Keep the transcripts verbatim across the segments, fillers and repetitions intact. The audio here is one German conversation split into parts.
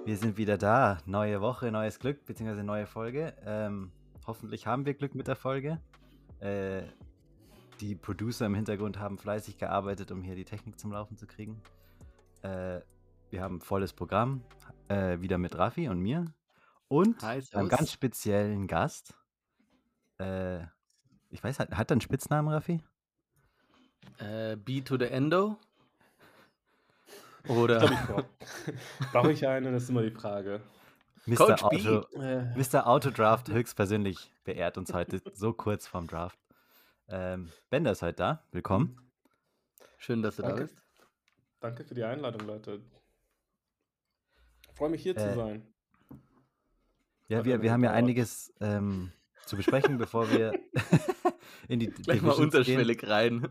Wir sind wieder da. Neue Woche, neues Glück, beziehungsweise neue Folge. Ähm, hoffentlich haben wir Glück mit der Folge. Äh, die Producer im Hintergrund haben fleißig gearbeitet, um hier die Technik zum Laufen zu kriegen. Äh, wir haben ein volles Programm, äh, wieder mit Raffi und mir. Und Hi, einem servus. ganz speziellen Gast. Äh, ich weiß, hat, hat er einen Spitznamen, Raffi? Äh, B to the Endo? Ich Oder glaube, ich brauche. Brauche ich einen? Das ist immer die Frage. Mister Coach B. Auto, Äh, Mister Autodraft höchstpersönlich beehrt uns heute so kurz vorm Draft. Ähm, Bender ist heute da. Willkommen. Schön, dass du da danke, bist. danke für die Einladung, Leute. Ich freue mich, hier zu Äh, sein. Ja, Hat wir, lange wir haben ja gedauert. einiges ähm, zu besprechen, bevor wir in die Gleich mal Divisions gehen. unterschwellig rein.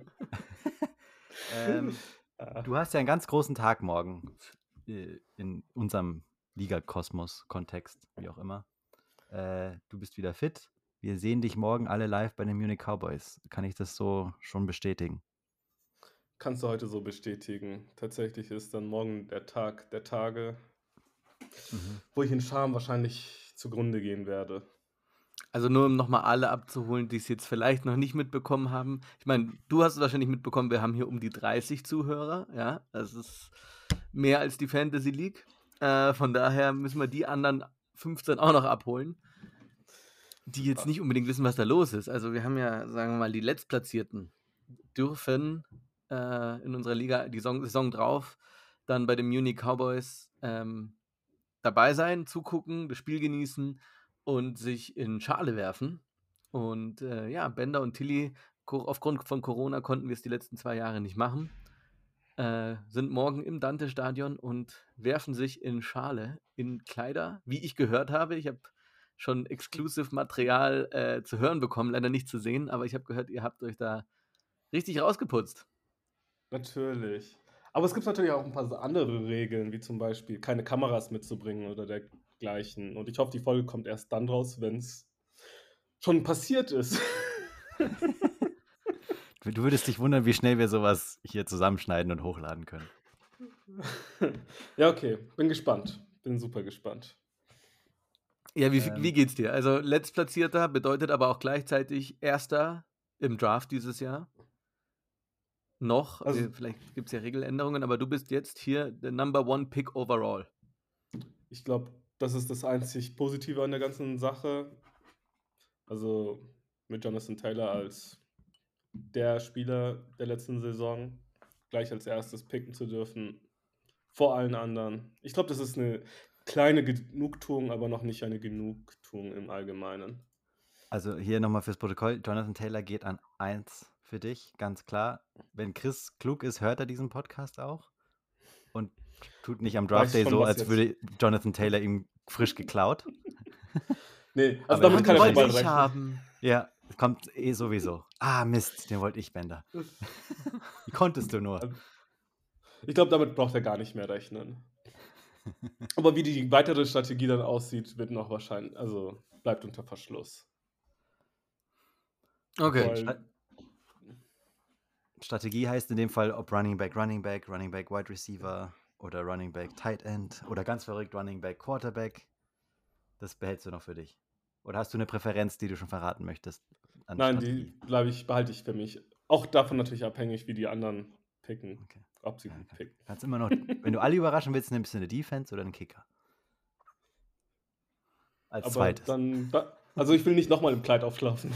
Ähm, Ah, du hast ja einen ganz großen Tag morgen äh, in unserem Liga-Kosmos-Kontext, wie auch immer. Äh, du bist wieder fit. Wir sehen dich morgen alle live bei den Munich Cowboys. Kann ich das so schon bestätigen? Kannst du heute so bestätigen. Tatsächlich ist dann morgen der Tag der Tage, Mhm. wo ich in Scham wahrscheinlich zugrunde gehen werde. Also nur um nochmal alle abzuholen, die es jetzt vielleicht noch nicht mitbekommen haben. Ich meine, du hast es wahrscheinlich mitbekommen, wir haben hier um die dreißig Zuhörer. Ja, das ist mehr als die Fantasy League. Äh, von daher müssen wir die anderen fünfzehn auch noch abholen, die jetzt nicht unbedingt wissen, was da los ist. Also wir haben ja, sagen wir mal, die Letztplatzierten dürfen äh, in unserer Liga die Saison, Saison drauf dann bei den Munich Cowboys ähm, dabei sein, zugucken, das Spiel genießen und sich in Schale werfen. Und äh, ja, Bender und Tilly, ko- aufgrund von Corona konnten wir es die letzten zwei Jahre nicht machen, äh, sind morgen im Dante-Stadion und werfen sich in Schale, in Kleider, wie ich gehört habe. Ich habe schon Exclusive-Material äh, zu hören bekommen, leider nicht zu sehen, aber ich habe gehört, ihr habt euch da richtig rausgeputzt. Natürlich. Aber es gibt natürlich auch ein paar so andere Regeln, wie zum Beispiel keine Kameras mitzubringen oder dergleichen. Und ich hoffe, die Folge kommt erst dann raus, wenn es schon passiert ist. Du würdest dich wundern, wie schnell wir sowas hier zusammenschneiden und hochladen können. Ja, okay. Bin gespannt. Bin super gespannt. Ja, wie, Ähm, wie geht's dir? Also Letztplatzierter bedeutet aber auch gleichzeitig Erster im Draft dieses Jahr. Noch, Also, wir, vielleicht gibt es ja Regeländerungen, aber du bist jetzt hier der Number One Pick overall. ich glaube, das ist das einzig Positive an der ganzen Sache. Also mit Jonathan Taylor als der Spieler der letzten Saison gleich als erstes picken zu dürfen, vor allen anderen. Ich glaube, das ist eine kleine Genugtuung, aber noch nicht eine Genugtuung im Allgemeinen. Also hier nochmal fürs Protokoll, Jonathan Taylor geht an eins für dich, ganz klar. Wenn Chris klug ist, hört er diesen Podcast auch und tut nicht am Draft Weiß Day schon, so, was als jetzt. würde Jonathan Taylor ihm frisch geklaut. Nee, also Aber er damit wird kann er schon wollte bald wahrscheinlich, ich rechnen. haben. ja, kommt eh sowieso. Ah, Mist, den wollte ich, Bender. Wie konntest du nur? Ich glaube, damit braucht er gar nicht mehr rechnen. Aber wie die weitere Strategie dann aussieht, wird noch wahrscheinlich, also bleibt unter Verschluss. Okay. Weil, Sta- Strategie heißt in dem Fall, ob Running Back, Running Back, Running Back, Wide Receiver oder Running Back, Tight End oder ganz verrückt Running Back, Quarterback. Das behältst du noch für dich. Oder hast du eine Präferenz, die du schon verraten möchtest an nein, Strategie? die bleibe ich, behalte ich für mich. Auch davon natürlich abhängig, wie die anderen picken. Okay. Ob sie Ja, gut kann, picken. kannst immer noch, wenn du alle überraschen willst, nimmst du eine Defense oder einen Kicker. Als Aber zweites. dann, da, also ich will nicht nochmal im Kleid auflaufen.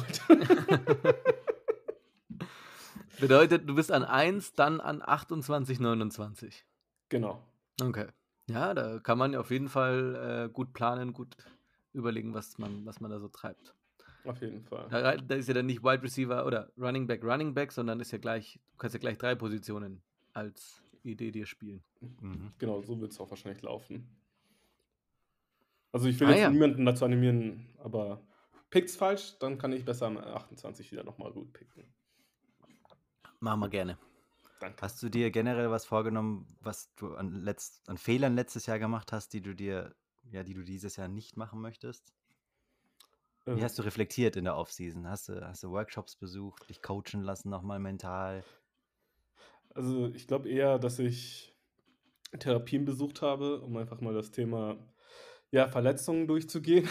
Bedeutet, du bist an eins, dann an achtundzwanzig, neunundzwanzig. Genau. Okay. Ja, da kann man ja auf jeden Fall äh, gut planen, gut überlegen, was man, was man da so treibt. Auf jeden Fall. Da, da ist ja dann nicht Wide Receiver oder Running Back, Running Back, sondern ist ja gleich, du kannst ja gleich drei Positionen als Idee dir spielen. Mhm. Genau, so wird es auch wahrscheinlich laufen. Also ich will Ah jetzt ja. niemanden dazu animieren, aber pickt's falsch, dann kann ich besser am achtundzwanzig wieder nochmal gut picken. Machen wir gerne. Danke. Hast du dir generell was vorgenommen, was du an, letzt, an Fehlern letztes Jahr gemacht hast, die du dir, ja, die du dieses Jahr nicht machen möchtest? Wie Äh, hast du reflektiert in der Offseason? Hast du, hast du Workshops besucht, dich coachen lassen nochmal mental? Also ich glaube eher, dass ich Therapien besucht habe, um einfach mal das Thema, ja, Verletzungen durchzugehen.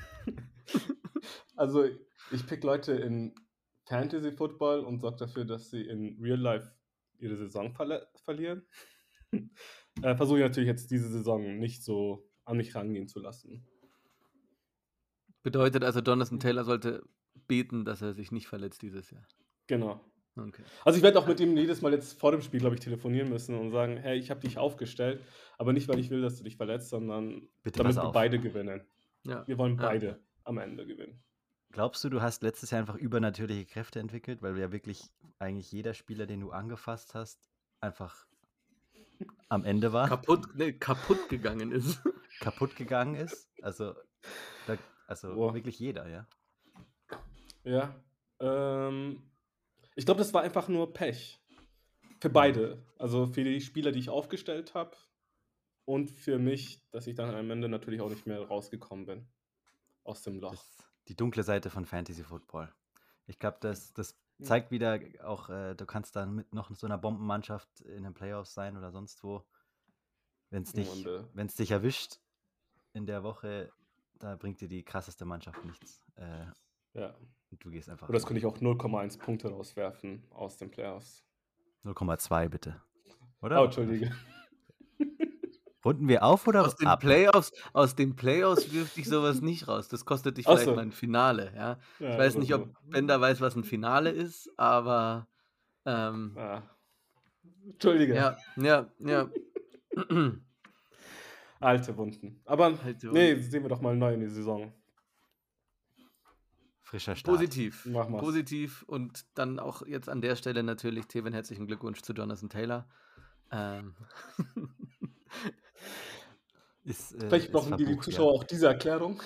Also, ich pick Leute in Fantasy Football und sorge dafür, dass sie in Real Life ihre Saison verle verlieren. Äh, versuche ich natürlich jetzt diese Saison nicht so an mich rangehen zu lassen. Bedeutet also, Jonathan Taylor sollte beten, dass er sich nicht verletzt dieses Jahr. Genau. Okay. Also, ich werde auch mit ihm jedes Mal jetzt vor dem Spiel, glaube ich, telefonieren müssen und sagen: „Hey, ich habe dich aufgestellt, aber nicht, weil ich will, dass du dich verletzt, sondern Bitte damit pass wir auf. beide gewinnen. Ja. Wir wollen Ja. beide am Ende gewinnen." Glaubst du, du hast letztes Jahr einfach übernatürliche Kräfte entwickelt, weil ja wirklich eigentlich jeder Spieler, den du angefasst hast, einfach am Ende war, Kaputt, nee, kaputt gegangen ist. kaputt gegangen ist? Also, da, also Boah. wirklich jeder, ja? Ja. Ähm, ich glaube, das war einfach nur Pech. Für beide. Also, für die Spieler, die ich aufgestellt habe und für mich, dass ich dann am Ende natürlich auch nicht mehr rausgekommen bin aus dem Loch. Das, die dunkle Seite von Fantasy Football. Ich glaube, das, das Ja. zeigt wieder auch, äh, du kannst dann mit noch so einer Bombenmannschaft in den Playoffs sein oder sonst wo. Wenn es dich, Und, äh, wenn's dich erwischt in der Woche, da bringt dir die krasseste Mannschaft nichts. Äh, ja. und du gehst einfach Oder das raus. könnte ich auch null Komma eins Punkte rauswerfen aus den Playoffs. null Komma zwei bitte. Oder? Oh, Entschuldige. Runden wir auf oder Aus den ab? Playoffs, aus den Playoffs wirft dich sowas nicht raus. Das kostet dich Ach vielleicht so. mal ein Finale, ja. Ja, Ich weiß oder nicht, ob so. Bender weiß, was ein Finale ist, aber ähm, Ah. Entschuldige. ja, ja, ja. Alte Wunden. Aber Alte nee, Wunden. sehen wir doch mal neu in die Saison. Frischer Start. Positiv. Machen wir's. Positiv und dann auch jetzt an der Stelle natürlich, Teven, herzlichen Glückwunsch zu Jonathan Taylor. Ähm. Ist, äh, Vielleicht ist brauchen die, die verbucht, Zuschauer ja. auch diese Erklärung.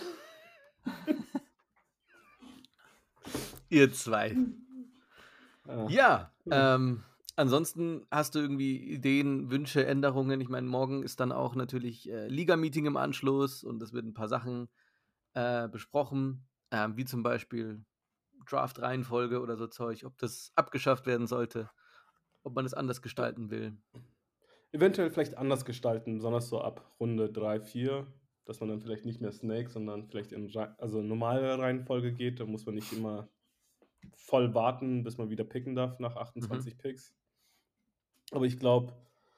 Ihr zwei. Ah. Ja, Hm. ähm, ansonsten hast du irgendwie Ideen, Wünsche, Änderungen? Ich meine, morgen ist dann auch natürlich äh, Liga-Meeting im Anschluss und es wird ein paar Sachen äh, besprochen, ähm, wie zum Beispiel Draft-Reihenfolge oder so Zeug, ob das abgeschafft werden sollte, ob man es anders gestalten will. Eventuell vielleicht anders gestalten, besonders so ab Runde drei, vier, dass man dann vielleicht nicht mehr Snake, sondern vielleicht in Re- also normale Reihenfolge geht. Da muss man nicht immer voll warten, bis man wieder picken darf nach achtundzwanzig Picks. Aber ich glaube,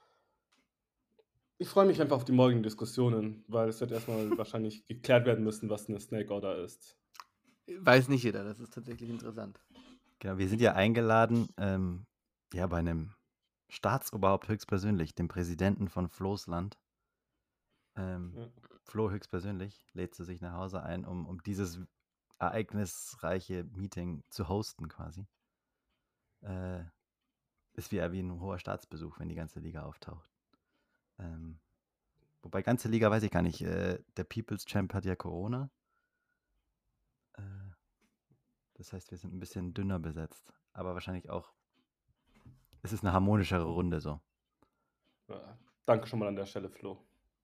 ich freue mich einfach auf die morgigen Diskussionen, weil es wird erstmal wahrscheinlich geklärt werden müssen, was eine Snake Order ist. Weiß nicht jeder, das ist tatsächlich interessant. Genau, wir sind ja eingeladen, ähm, ja, bei einem Staatsoberhaupt höchstpersönlich, dem Präsidenten von Flo's Land. Ähm, Ja. Flo höchstpersönlich lädt sie sich nach Hause ein, um, um dieses ereignisreiche Meeting zu hosten quasi. Äh, ist wie, wie ein hoher Staatsbesuch, wenn die ganze Liga auftaucht. Ähm, wobei ganze Liga weiß ich gar nicht. Äh, der People's Champ hat ja Corona. Äh, das heißt, wir sind ein bisschen dünner besetzt. Aber wahrscheinlich auch, es ist eine harmonischere Runde so. Ja. Danke schon mal an der Stelle, Flo.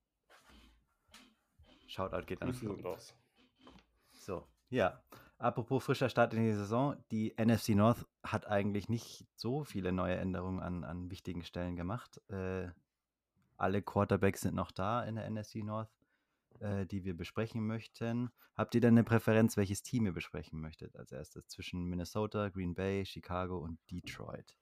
Shoutout geht an Grüße Flo. sind raus. So, ja. Apropos frischer Start in die Saison, die N F C North hat eigentlich nicht so viele neue Änderungen an, an wichtigen Stellen gemacht. Äh, alle Quarterbacks sind noch da in der N F C North, äh, die wir besprechen möchten. Habt ihr denn eine Präferenz, welches Team ihr besprechen möchtet als erstes? Zwischen Minnesota, Green Bay, Chicago und Detroit.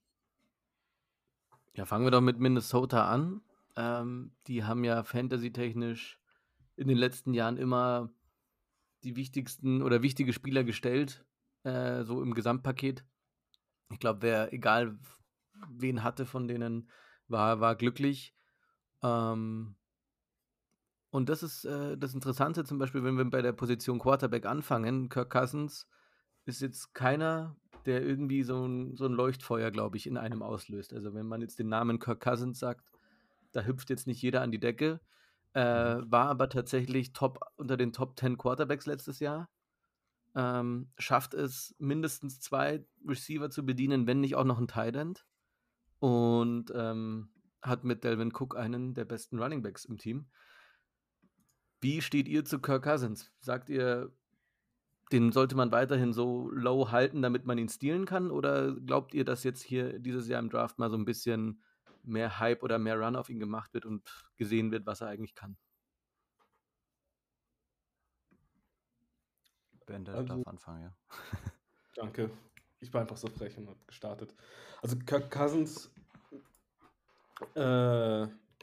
Ja, fangen wir doch mit Minnesota an. Ähm, die haben ja fantasy-technisch in den letzten Jahren immer die wichtigsten oder wichtige Spieler gestellt, äh, so im Gesamtpaket. Ich glaube, wer, egal wen hatte von denen, war, war glücklich. Ähm, und das ist äh, das Interessante, zum Beispiel, wenn wir bei der Position Quarterback anfangen. Kirk Cousins ist jetzt keiner, der irgendwie so ein, so ein Leuchtfeuer, glaube ich, in einem auslöst. Also wenn man jetzt den Namen Kirk Cousins sagt, da hüpft jetzt nicht jeder an die Decke. Äh, war aber tatsächlich top unter den Top zehn Quarterbacks letztes Jahr. Ähm, schafft es, mindestens zwei Receiver zu bedienen, wenn nicht auch noch ein Tight End. Und ähm, hat mit Dalvin Cook einen der besten Runningbacks im Team. Wie steht ihr zu Kirk Cousins? Sagt ihr, den sollte man weiterhin so low halten, damit man ihn stealen kann? Oder glaubt ihr, dass jetzt hier dieses Jahr im Draft mal so ein bisschen mehr Hype oder mehr Run auf ihn gemacht wird und gesehen wird, was er eigentlich kann. Bender Also- darf anfangen, ja. Danke. Ich war einfach so frech und habe gestartet. Also Kirk Cousins, äh,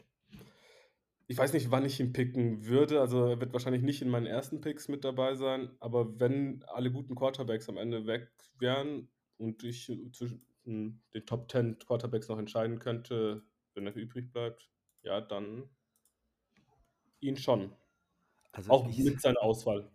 ich weiß nicht, wann ich ihn picken würde. Also er wird wahrscheinlich nicht in meinen ersten Picks mit dabei sein. Aber wenn alle guten Quarterbacks am Ende weg wären und ich zwischen den Top zehn Quarterbacks noch entscheiden könnte, wenn er übrig bleibt, ja, dann ihn schon. Also Auch ich, mit seiner Auswahl.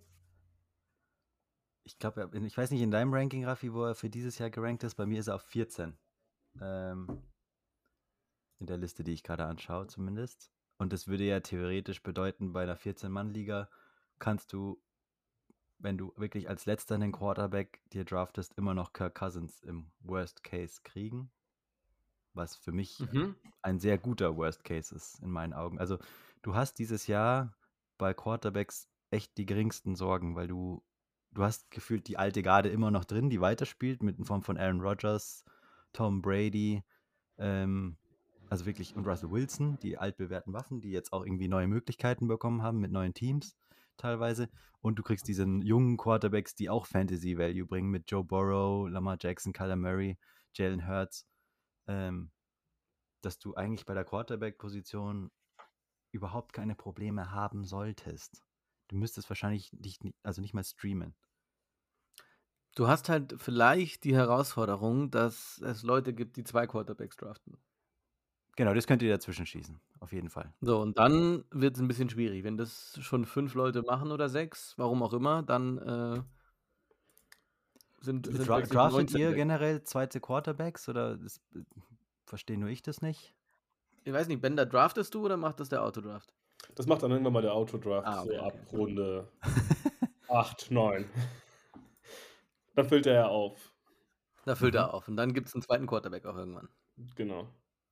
ich glaube, ich weiß nicht in deinem Ranking, Raffi, wo er für dieses Jahr gerankt ist. Bei mir ist er auf vierzehn. Ähm, in der Liste, die ich gerade anschaue, zumindest. Und das würde ja theoretisch bedeuten, bei einer vierzehn-Mann-Liga kannst du, wenn du wirklich als letzter einen Quarterback dir draftest, immer noch Kirk Cousins im Worst Case kriegen. Was für mich Mhm. ein sehr guter Worst Case ist, in meinen Augen. Also du hast dieses Jahr bei Quarterbacks echt die geringsten Sorgen, weil du, du hast gefühlt die alte Garde immer noch drin, die weiterspielt, mit in Form von Aaron Rodgers, Tom Brady, ähm, also wirklich, und Russell Wilson, die altbewährten Waffen, die jetzt auch irgendwie neue Möglichkeiten bekommen haben mit neuen Teams teilweise. Und du kriegst diese jungen Quarterbacks, die auch Fantasy Value bringen, mit Joe Burrow, Lamar Jackson, Kyler Murray, Jalen Hurts. Ähm, dass du eigentlich bei der Quarterback-Position überhaupt keine Probleme haben solltest. Du müsstest wahrscheinlich nicht, also nicht mal streamen. Du hast halt vielleicht die Herausforderung, dass es Leute gibt, die zwei Quarterbacks draften. Genau, das könnt ihr dazwischen schießen, auf jeden Fall. So, und dann wird es ein bisschen schwierig. Wenn das schon fünf Leute machen oder sechs, warum auch immer, dann äh, sind, sind Dra plötzlich draftet neunzehn ihr weg. generell zweite Quarterbacks oder das, verstehe nur ich das nicht? Ich weiß nicht, Bender, draftest du oder macht das der Autodraft? Das macht dann irgendwann mal der Autodraft, Ah, okay, so okay. ab Runde acht, neun. Dann füllt er ja auf. Da füllt Mhm. er auf. Und dann gibt es einen zweiten Quarterback auch irgendwann. Genau.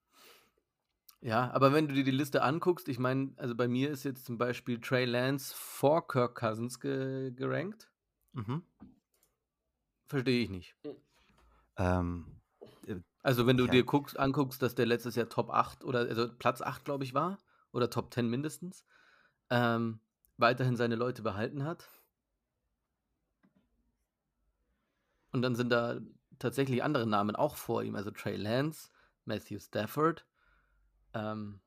Ja, aber wenn du dir die Liste anguckst, ich meine, also bei mir ist jetzt zum Beispiel Trey Lance vor Kirk Cousins ge gerankt. Mhm. Verstehe ich nicht. Ähm, äh, Also wenn du ich dir halt, guckst, anguckst, dass der letztes Jahr Top acht oder also Platz acht, glaube ich, war, oder Top zehn mindestens, ähm, weiterhin seine Leute behalten hat. Und dann sind da tatsächlich andere Namen auch vor ihm, also Trey Lance, Matthew Stafford. Ähm,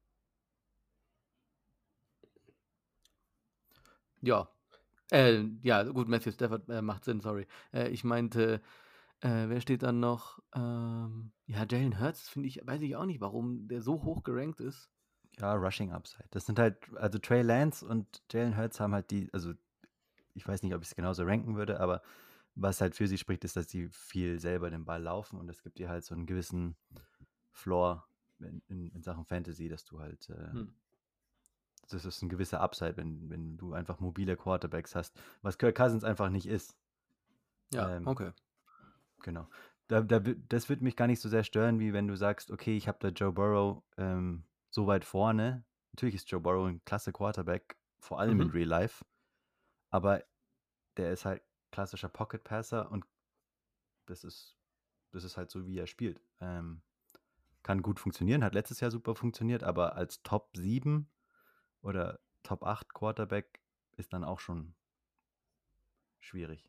ja, äh, ja, gut, Matthew Stafford äh, macht Sinn, sorry. Äh, ich meinte, äh, wer steht dann noch? Ähm, ja, Jalen Hurts, finde ich, weiß ich auch nicht, warum der so hoch gerankt ist. ja, Rushing Upside. Das sind halt, also Trey Lance und Jalen Hurts haben halt die, also ich weiß nicht, ob ich es genauso ranken würde, aber was halt für sie spricht, ist, dass sie viel selber den Ball laufen und es gibt dir halt so einen gewissen Floor in, in, in Sachen Fantasy, dass du halt, äh, Hm. das ist ein gewisser Upside, wenn, wenn du einfach mobile Quarterbacks hast, was Kirk Cousins einfach nicht ist. Ja, Ähm, okay. Genau. Da, da, wi- das würde mich gar nicht so sehr stören, wie wenn du sagst, okay, ich habe da Joe Burrow ähm, so weit vorne. Natürlich ist Joe Burrow ein klasse Quarterback, vor allem in Mhm. Real Life, aber der ist halt klassischer Pocket Passer und das ist, das ist halt so, wie er spielt. Ähm, kann gut funktionieren, hat letztes Jahr super funktioniert, aber als Top sieben oder Top acht Quarterback ist dann auch schon schwierig.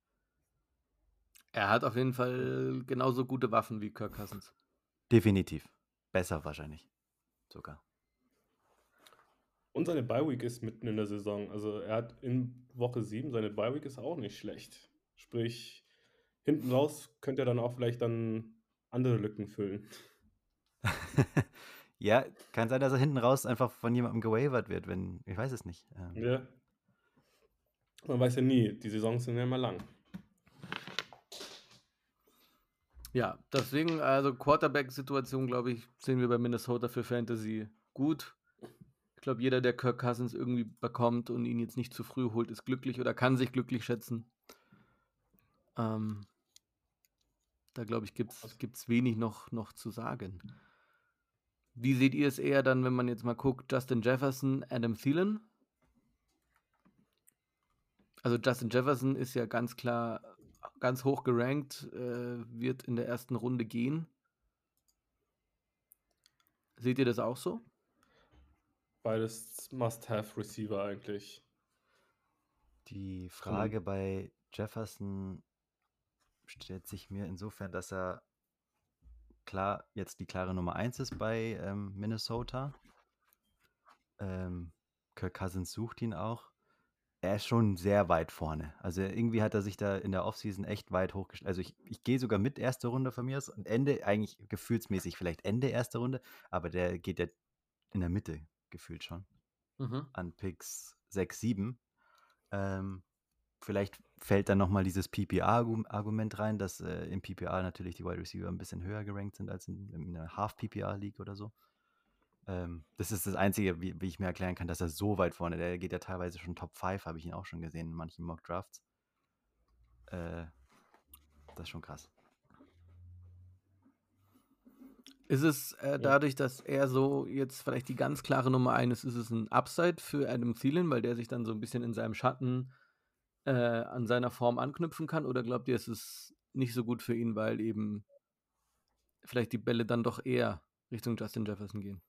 Er hat auf jeden Fall genauso gute Waffen wie Kirk Cousins. Definitiv. Besser wahrscheinlich sogar. Und seine Bye-Week ist mitten in der Saison. Also er hat in Woche sieben, seine Bye-Week ist auch nicht schlecht. Sprich, hinten raus könnte er dann auch vielleicht dann andere Lücken füllen. Ja, kann sein, dass er hinten raus einfach von jemandem gewavert wird, wenn, ich weiß es nicht. Ähm, Ja. Man weiß ja nie, die Saisons sind ja immer lang. Ja, deswegen, also Quarterback-Situation, glaube ich, sehen wir bei Minnesota für Fantasy gut. Ich glaube, jeder, der Kirk Cousins irgendwie bekommt und ihn jetzt nicht zu früh holt, ist glücklich oder kann sich glücklich schätzen. Ähm, da, glaube ich, gibt es wenig noch, noch zu sagen. Wie seht ihr es eher dann, wenn man jetzt mal guckt, Justin Jefferson, Adam Thielen? Also Justin Jefferson ist ja ganz klar ganz hoch gerankt, äh, wird in der ersten Runde gehen. Seht ihr das auch so? Beides Must-Have-Receiver eigentlich. Die Von einem- Frage bei Jefferson stellt sich mir insofern, dass er klar jetzt die klare Nummer eins ist bei ähm, Minnesota. Ähm, Kirk Cousins sucht ihn auch. Er ist schon sehr weit vorne. Also irgendwie hat er sich da in der Offseason echt weit hochgestellt. Also ich, ich gehe sogar mit erste Runde von mir aus und Ende, eigentlich gefühlsmäßig vielleicht Ende erste Runde, aber der geht ja in der Mitte gefühlt schon Mhm. an Picks sechs, sieben. Ähm, vielleicht fällt dann nochmal dieses P P R-Argument rein, dass äh, im P P R natürlich die Wide Receiver ein bisschen höher gerankt sind als in, in einer Half-P P R-League oder so. Ähm, das ist das Einzige, wie, wie ich mir erklären kann, dass er so weit vorne, der geht ja teilweise schon Top fünf, habe ich ihn auch schon gesehen in manchen Mock-Drafts. Äh, das ist schon krass. Ist es äh, dadurch, dass er so jetzt vielleicht die ganz klare Nummer eins ist, ist es ein Upside für Adam Thielen, weil der sich dann so ein bisschen in seinem Schatten äh, an seiner Form anknüpfen kann? Oder glaubt ihr, es ist nicht so gut für ihn, weil eben vielleicht die Bälle dann doch eher Richtung Justin Jefferson gehen?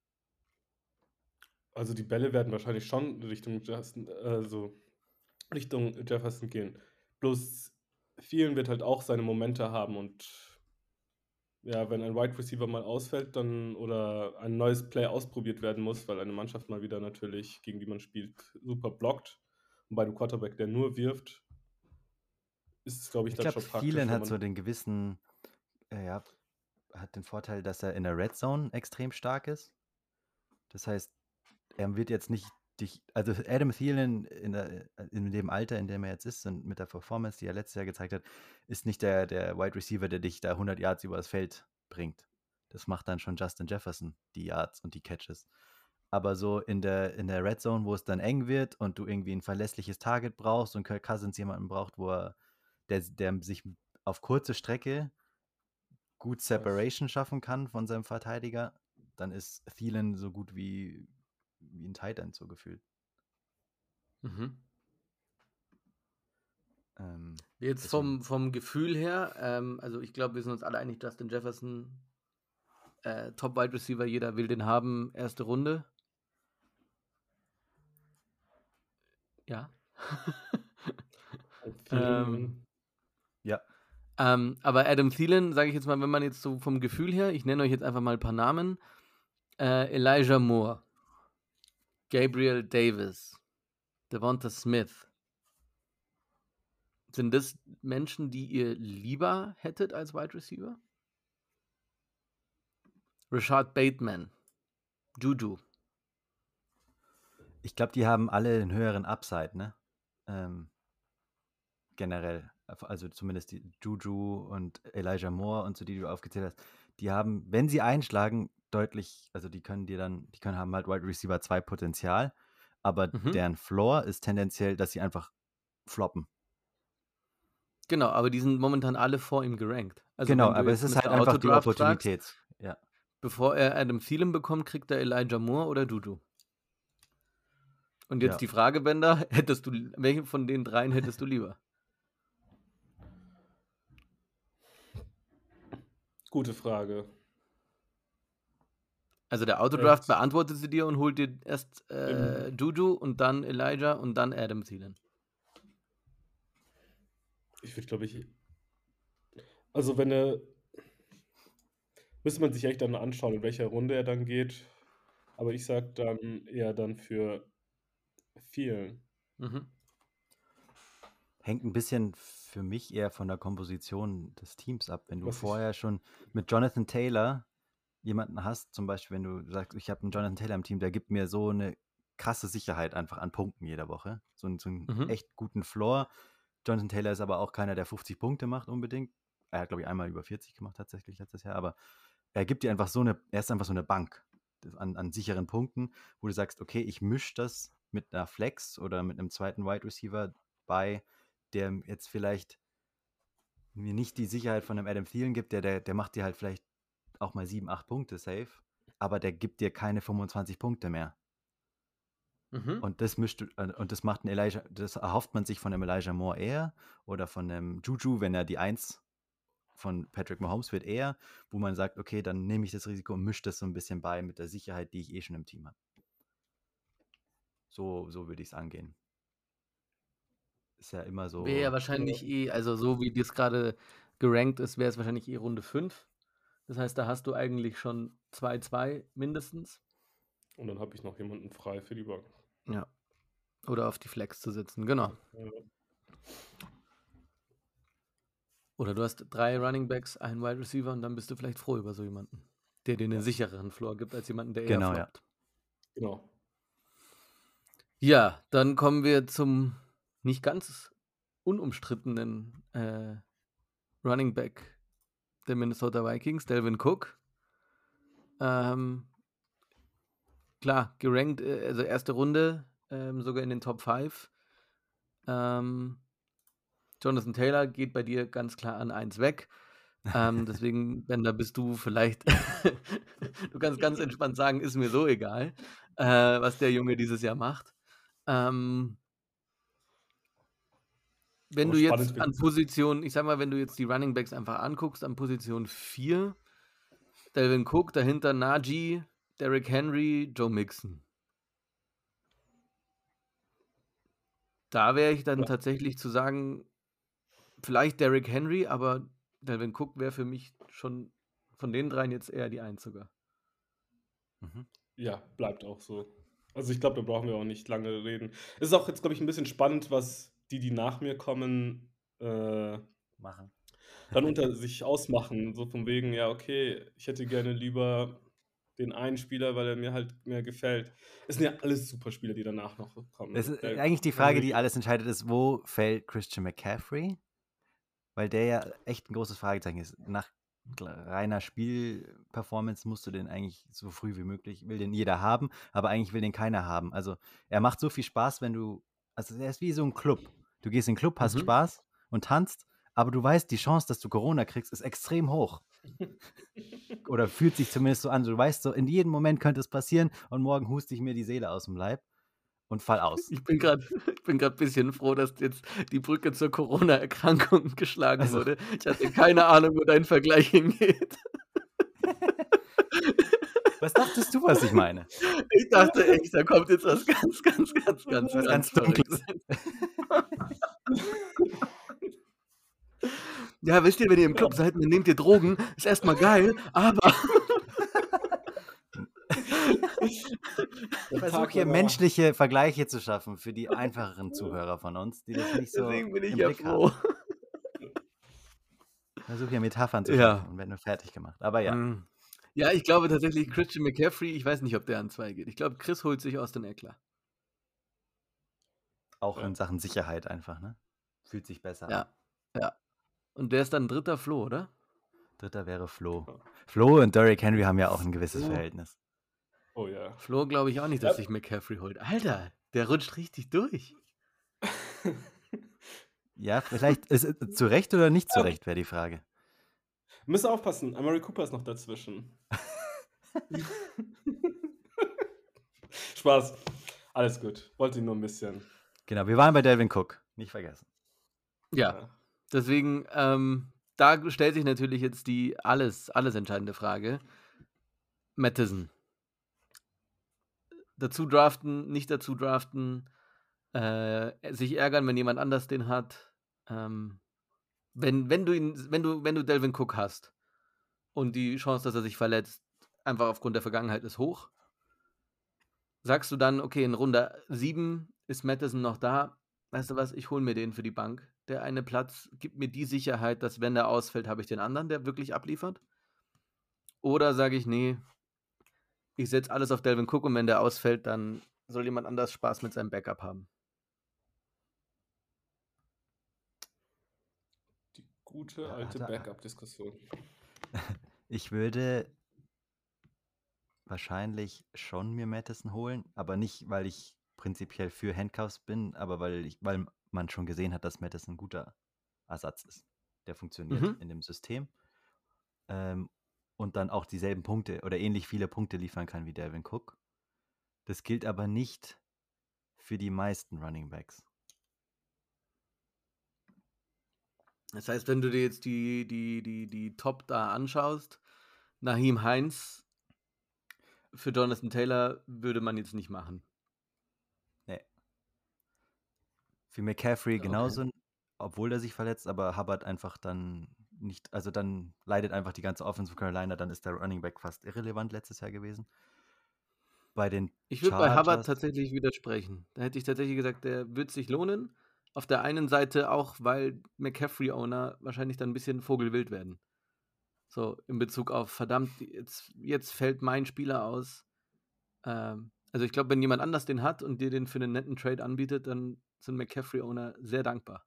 Also die Bälle werden wahrscheinlich schon Richtung Justin, also Richtung Jefferson gehen. Bloß vielen wird halt auch seine Momente haben und ja, wenn ein Wide Receiver mal ausfällt, dann oder ein neues Play ausprobiert werden muss, weil eine Mannschaft mal wieder natürlich, gegen die man spielt, super blockt. Und bei einem Quarterback, der nur wirft, ist es, glaube ich, Ich dann glaube, schon praktisch, Thielen wenn hat so man. den gewissen, äh, ja, hat den Vorteil, dass er in der Red Zone extrem stark ist. Das heißt, er wird jetzt nicht dich, also Adam Thielen in, der, in dem Alter, in dem er jetzt ist und mit der Performance, die er letztes Jahr gezeigt hat, ist nicht der, der Wide Receiver, der dich da hundert Yards über das Feld bringt. Das macht dann schon Justin Jefferson, die Yards und die Catches. Aber so in der, in der Red Zone, wo es dann eng wird und du irgendwie ein verlässliches Target brauchst und Kirk Cousins jemanden braucht, wo er, der, der sich auf kurze Strecke gut Separation schaffen kann von seinem Verteidiger, dann ist Thielen so gut wie, wie ein Tight End so gefühlt. Mhm. Ähm, Jetzt deswegen- vom, vom Gefühl her, ähm, also ich glaube, wir sind uns alle einig, Justin Jefferson, äh, Top-Wide Receiver, jeder will den haben, erste Runde. Ja. ähm, ja, ähm, aber Adam Thielen, sage ich jetzt mal, wenn man jetzt so vom Gefühl her, ich nenne euch jetzt einfach mal ein paar Namen, äh, Elijah Moore, Gabriel Davis, Devonta Smith. Sind das Menschen, die ihr lieber hättet als Wide Receiver? Rashad Bateman, Juju. ich glaube, die haben alle einen höheren Upside, ne? Ähm, generell. Also zumindest die Juju und Elijah Moore und so, die du aufgezählt hast, die haben, wenn sie einschlagen, deutlich, also die können dir dann, die können haben halt Wide Receiver zwei Potenzial, aber Mhm. deren Floor ist tendenziell, dass sie einfach floppen. Genau, aber die sind momentan alle vor ihm gerankt. Also genau, wenn du aber jetzt es ist Mister halt einfach die Autodraft Opportunität. fragst, Ja. bevor er Adam Thielen bekommt, kriegt er Elijah Moore oder Juju. Und jetzt Ja. die Frage, Bender, hättest du, welchen von den dreien hättest du lieber? Gute Frage. Also der Autodraft Echt? beantwortet sie dir und holt dir erst äh, Juju und dann Elijah und dann Adam Thielen. Ich würde, glaube ich. Also, wenn er. Müsste man sich echt dann anschauen, in welcher Runde er dann geht. Aber ich sag dann eher dann für vielen. Mhm. Hängt ein bisschen für mich eher von der Komposition des Teams ab. Wenn du Was ich- vorher schon mit Jonathan Taylor jemanden hast, zum Beispiel, wenn du sagst, ich habe einen Jonathan Taylor im Team, der gibt mir so eine krasse Sicherheit einfach an Punkten jeder Woche. So, einen- so einen Mhm. echt guten Floor. Jonathan Taylor ist aber auch keiner, der fünfzig Punkte macht unbedingt. Er hat, glaube ich, einmal über vierzig gemacht tatsächlich letztes Jahr, aber er gibt dir einfach so eine, er ist einfach so eine Bank an, an sicheren Punkten, wo du sagst, okay, ich mische das mit einer Flex oder mit einem zweiten Wide Receiver bei, der jetzt vielleicht mir nicht die Sicherheit von einem Adam Thielen gibt, der, der, der macht dir halt vielleicht auch mal sieben, acht Punkte safe, aber der gibt dir keine fünfundzwanzig Punkte mehr. Mhm. Und das mischt äh, und das macht ein Elijah, das erhofft man sich von einem Elijah Moore eher oder von einem Juju, wenn er die Eins von Patrick Mahomes wird eher, wo man sagt, okay, dann nehme ich das Risiko und mische das so ein bisschen bei mit der Sicherheit, die ich eh schon im Team habe. So, so würde ich es angehen. Ist ja immer so. Wäre ja wahrscheinlich eh, also so wie das gerade gerankt ist, wäre es wahrscheinlich eh Runde fünf. Das heißt, da hast du eigentlich schon zwei zwei mindestens. Und dann habe ich noch jemanden frei für die Bank. Ja. Oder auf die Flex zu sitzen, genau. Ja. Oder du hast drei Running Backs, einen Wide Receiver und dann bist du vielleicht froh über so jemanden, der dir einen Ja. sichereren Floor gibt als jemanden, der eher Genau, ja. floppt. Genau. Ja, dann kommen wir zum nicht ganz unumstrittenen äh, Running Back der Minnesota Vikings, Dalvin Cook. Ähm, klar, gerankt, äh, also erste Runde, ähm, sogar in den Top fünf. Ähm, Jonathan Taylor geht bei dir ganz klar an eins weg. Ähm, deswegen, Ben, da bist du vielleicht, du kannst ganz entspannt sagen, ist mir so egal, äh, was der Junge dieses Jahr macht. Ähm, wenn Aber du spannend jetzt wird an es. Position, ich sag mal, wenn du jetzt die Running Backs einfach anguckst, an Position vier, Dalvin Cook, dahinter Najee, Derrick Henry, Joe Mixon. Da wäre ich dann Ja. tatsächlich zu sagen, vielleicht Derrick Henry, aber Dalvin Cook wäre für mich schon von den dreien jetzt eher die Eins sogar. Mhm. Ja, bleibt auch so. Also ich glaube, da brauchen wir auch nicht lange reden. Es ist auch jetzt, glaube ich, ein bisschen spannend, was die, die nach mir kommen, äh, Machen. dann unter sich ausmachen. So von wegen, ja, okay, ich hätte gerne lieber den einen Spieler, weil er mir halt mehr gefällt. Es sind ja alles super Spieler, die danach noch kommen. Es ist Der eigentlich die Frage, die Henry, alles entscheidet, ist, wo fällt Christian McCaffrey? Weil der ja echt ein großes Fragezeichen ist. Nach klar, reiner Spielperformance musst du den eigentlich so früh wie möglich, will den jeder haben, aber eigentlich will den keiner haben. Also er macht so viel Spaß, wenn du, also er ist wie so ein Club. Du gehst in den Club, hast Mhm. Spaß und tanzt, aber du weißt, die Chance, dass du Corona kriegst, ist extrem hoch. Oder fühlt sich zumindest so an. Du weißt so, in jedem Moment könnte es passieren und morgen huste ich mir die Seele aus dem Leib und fall aus. Ich bin gerade ich bin gerade ein bisschen froh, dass jetzt die Brücke zur Corona-Erkrankung geschlagen Also, wurde. Ich hatte keine Ahnung, wo dein Vergleich hingeht. was dachtest du, was ich meine? Ich dachte echt, da kommt jetzt was ganz, ganz, ganz, ganz, Was ganz ganz Dunkles. Verrücktes. Ja, wisst ihr, wenn ihr im Club seid, dann nehmt ihr Drogen, ist erstmal geil, aber Ich versuche hier menschliche Vergleiche zu schaffen für die einfacheren Zuhörer von uns, die das nicht so deswegen bin ich im ja Blick froh. haben. Ich versuche hier Metaphern zu Ja. schaffen und werde nur fertig gemacht. Aber ja. Mm. Ja, ich glaube tatsächlich Christian McCaffrey, ich weiß nicht, ob der an zwei geht. Ich glaube, Chris holt sich aus dem Eckler. Auch Ja. in Sachen Sicherheit einfach, ne? Fühlt sich besser an. Ja, ja. Und der ist dann dritter Flo, oder? Dritter wäre Flo. Ja. Flo und Derrick Henry haben ja auch ein gewisses Flo. Verhältnis. Oh ja. Flo glaube ich auch nicht, dass Ja. sich McCaffrey holt. Alter, der rutscht richtig durch. Ja, vielleicht ist es zu Recht oder nicht zu Recht, wäre die Frage. Müsst ihr aufpassen, Amari Cooper ist noch dazwischen. Spaß. Alles gut. Wollte ihn nur ein bisschen. Genau, wir waren bei Dalvin Cook. Nicht vergessen. Ja, Ja. deswegen, ähm, da stellt sich natürlich jetzt die alles, alles entscheidende Frage. Mattison. Dazu draften, nicht dazu draften, äh, sich ärgern, wenn jemand anders den hat. Ähm, wenn, wenn du ihn, wenn du, wenn du Dalvin Cook hast und die Chance, dass er sich verletzt, einfach aufgrund der Vergangenheit ist hoch, sagst du dann, okay, in Runde sieben ist Mattison noch da, weißt du was, ich hole mir den für die Bank. Der eine Platz gibt mir die Sicherheit, dass wenn der ausfällt, habe ich den anderen, der wirklich abliefert. Oder sage ich, nee, ich setze alles auf Dalvin Cook und wenn der ausfällt, dann soll jemand anders Spaß mit seinem Backup haben. Die gute Ja, alte hat er- Backup-Diskussion. Ich würde wahrscheinlich schon mir Mattison holen, aber nicht, weil ich prinzipiell für Handcuffs bin, aber weil, ich, weil man schon gesehen hat, dass Mattison ein guter Ersatz ist. Der funktioniert Mhm. in dem System ähm, und dann auch dieselben Punkte oder ähnlich viele Punkte liefern kann wie Dalvin Cook. Das gilt aber nicht für die meisten Running Backs. Das heißt, wenn du dir jetzt die, die, die, die Top da anschaust, Naheem Hines für Jonathan Taylor würde man jetzt nicht machen. Nee. Für McCaffrey Okay. genauso, obwohl er sich verletzt, aber Hubbard einfach dann nicht, also dann leidet einfach die ganze Offense von Carolina, dann ist der Running Back fast irrelevant letztes Jahr gewesen. Bei den Ich würde bei Hubbard Chargers, tatsächlich widersprechen. Da hätte ich tatsächlich gesagt, der wird sich lohnen. Auf der einen Seite auch, weil McCaffrey-Owner wahrscheinlich dann ein bisschen vogelwild werden. So in Bezug auf, verdammt, jetzt, jetzt fällt mein Spieler aus. Ähm, also ich glaube, wenn jemand anders den hat und dir den für einen netten Trade anbietet, dann sind McCaffrey-Owner sehr dankbar.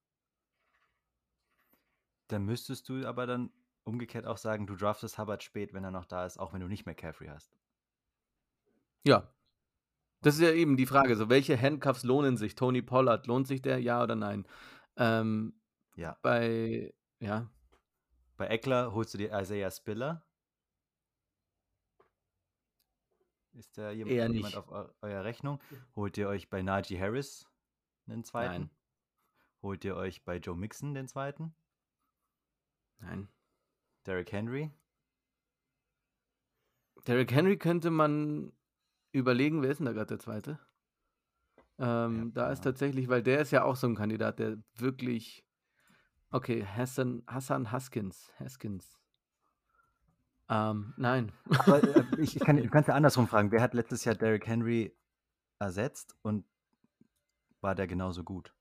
dann müsstest du aber dann umgekehrt auch sagen, du draftest Hubbard spät, wenn er noch da ist, auch wenn du nicht McCaffrey hast. Ja. Das ist ja eben die Frage, so welche Handcuffs lohnen sich? Tony Pollard, lohnt sich der, ja oder nein? Ähm, Ja. bei, ja, Bei Eckler holst du dir Isaiah Spiller. Ist da jem- Eher jemand nicht. auf eu eurer Rechnung? Holt ihr euch bei Najee Harris einen zweiten? Nein. Holt ihr euch bei Joe Mixon den zweiten? Nein. Derrick Henry? Derrick Henry könnte man überlegen, wer ist denn da gerade der zweite? Ähm, Ja, da ist ja. tatsächlich, weil der ist ja auch so ein Kandidat, der wirklich. Okay, Hassan, Hassan Haskins. Haskins. Ähm, nein. Aber äh, ich, ich kann, du kannst ja andersrum fragen. Wer hat letztes Jahr Derrick Henry ersetzt und war der genauso gut?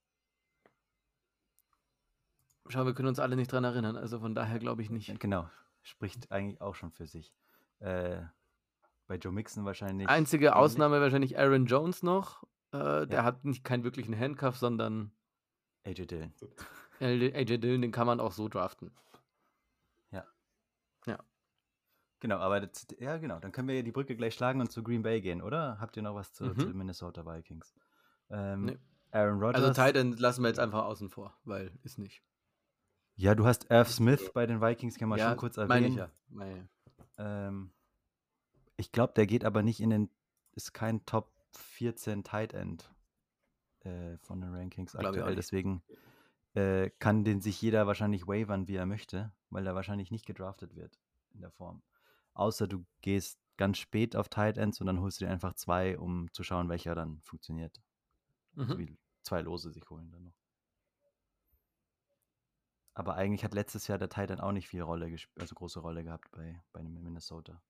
Schau, wir können uns alle nicht dran erinnern, also von daher glaube ich Ja, nicht. genau. Spricht eigentlich auch schon für sich. Äh, bei Joe Mixon wahrscheinlich. Einzige ähnlich. Ausnahme wahrscheinlich Aaron Jones noch. Äh, der Ja. hat nicht keinen wirklichen Handcuff, sondern A J Dillon. A J Dillon, den kann man auch so draften. Ja. Ja. Genau, aber das, ja, genau. Dann können wir ja die Brücke gleich schlagen und zu Green Bay gehen, oder? Habt ihr noch was zu, Mhm. zu den Minnesota Vikings? Ähm, Nee. Aaron Rodgers. Also Tight End lassen wir jetzt einfach außen vor, weil ist nicht. Ja, du hast Irv Smith bei den Vikings, kann man Ja, schon kurz meine ich erwähnen. ja. Meine. Ähm, ich glaube, der geht aber nicht in den, ist kein Top vierzehn Tight End äh, von den Rankings Glaub ich auch aktuell. nicht. Deswegen äh, kann den sich jeder wahrscheinlich wavern, wie er möchte, weil er wahrscheinlich nicht gedraftet wird in der Form. Außer du gehst ganz spät auf Tight Ends und dann holst du dir einfach zwei, um zu schauen, welcher dann funktioniert. Also Mhm. wie zwei Lose sich holen dann noch. Aber eigentlich hat letztes Jahr der Tight End auch nicht viel Rolle gespielt, also große Rolle gehabt bei, bei einem Minnesota.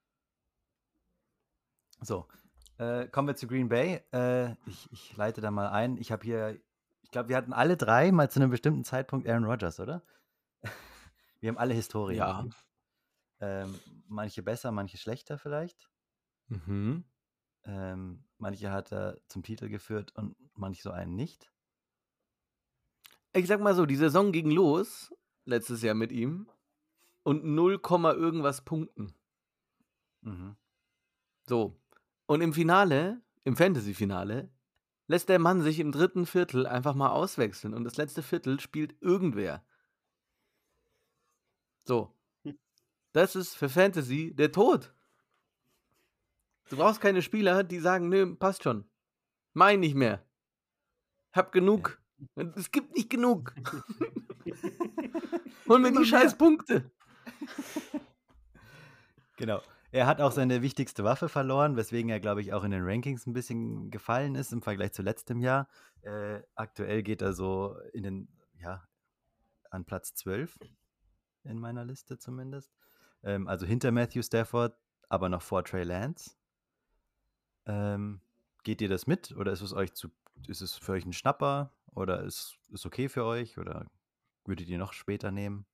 So, äh, kommen wir zu Green Bay. Äh, ich, ich leite da mal ein. Ich habe hier, ich glaube, wir hatten alle drei mal zu einem bestimmten Zeitpunkt Aaron Rodgers, oder? Wir haben alle Historien. Ja. Ähm, manche besser, manche schlechter vielleicht. Mhm. Ähm, manche hat er zum Titel geführt und manche so einen nicht. Ich sag mal so, die Saison ging los letztes Jahr mit ihm und null, irgendwas Punkten. Mhm. So. Und im Finale, im Fantasy-Finale, lässt der Mann sich im dritten Viertel einfach mal auswechseln und das letzte Viertel spielt irgendwer. So. Das ist für Fantasy der Tod. Du brauchst keine Spieler, die sagen, nö, passt schon. Mein nicht mehr. Hab genug. Es gibt nicht genug. Hol mir Immer die scheiß mehr. Punkte. Genau. Er hat auch seine wichtigste Waffe verloren, weswegen er, glaube ich, auch in den Rankings ein bisschen gefallen ist im Vergleich zu letztem Jahr. Äh, aktuell geht er so in den, ja, an Platz zwölf in meiner Liste zumindest. Ähm, also hinter Matthew Stafford, aber noch vor Trey Lance. Ähm, geht ihr das mit oder ist es euch zu, ist es für euch ein Schnapper oder ist es okay für euch oder würdet ihr noch später nehmen?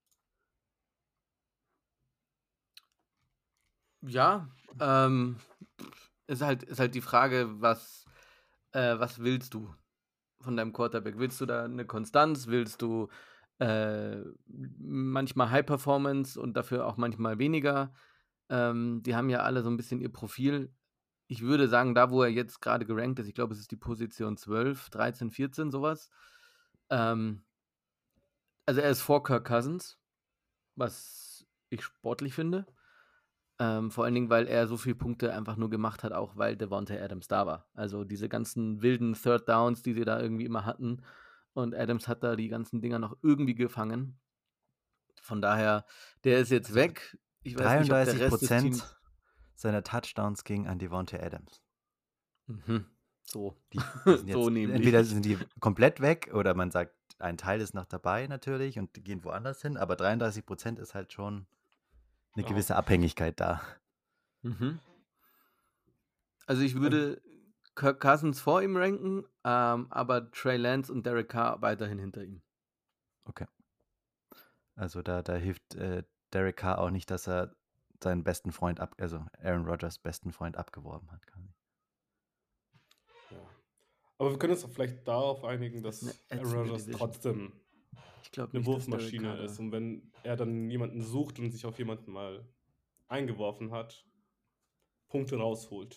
Ja, ähm, ist halt, ist halt die Frage, was, äh, was willst du von deinem Quarterback? Willst du da eine Konstanz? Willst du äh, manchmal High Performance und dafür auch manchmal weniger? Ähm, die haben ja alle so ein bisschen ihr Profil. Ich würde sagen, da wo er jetzt gerade gerankt ist, ich glaube, es ist die Position zwölf, dreizehn, vierzehn, sowas. Ähm, also er ist vor Kirk Cousins, was ich sportlich finde. Ähm, vor allen Dingen, weil er so viele Punkte einfach nur gemacht hat, auch weil Devontae Adams da war. Also diese ganzen wilden Third Downs, die sie da irgendwie immer hatten, und Adams hat da die ganzen Dinger noch irgendwie gefangen. Von daher, der ist jetzt Also weg. Ich weiß nicht, ob der dreiunddreißig Rest des Prozent Teams. seiner Touchdowns gingen an Devontae Adams. Mhm. So. Die, die sind So jetzt, nämlich. entweder sind die komplett weg oder man sagt, ein Teil ist noch dabei natürlich und die gehen woanders hin, aber dreiunddreißig Prozent ist halt schon eine Ja. gewisse Abhängigkeit da. Mhm. Also ich würde Kirk Cousins vor ihm ranken, ähm, aber Trey Lance und Derek Carr weiterhin hinter ihm. Okay. Also da, da hilft äh, Derek Carr auch nicht, dass er seinen besten Freund ab, also Aaron Rodgers besten Freund abgeworben hat. Kann Ja. Aber wir können uns doch vielleicht darauf einigen, Das dass ist eine Aaron ätzende Rodgers Division. trotzdem Ich glaube eine nicht, dass Derek Wurfmaschine Carr ist. da. Und wenn er dann jemanden sucht und sich auf jemanden mal eingeworfen hat, Punkte rausholt.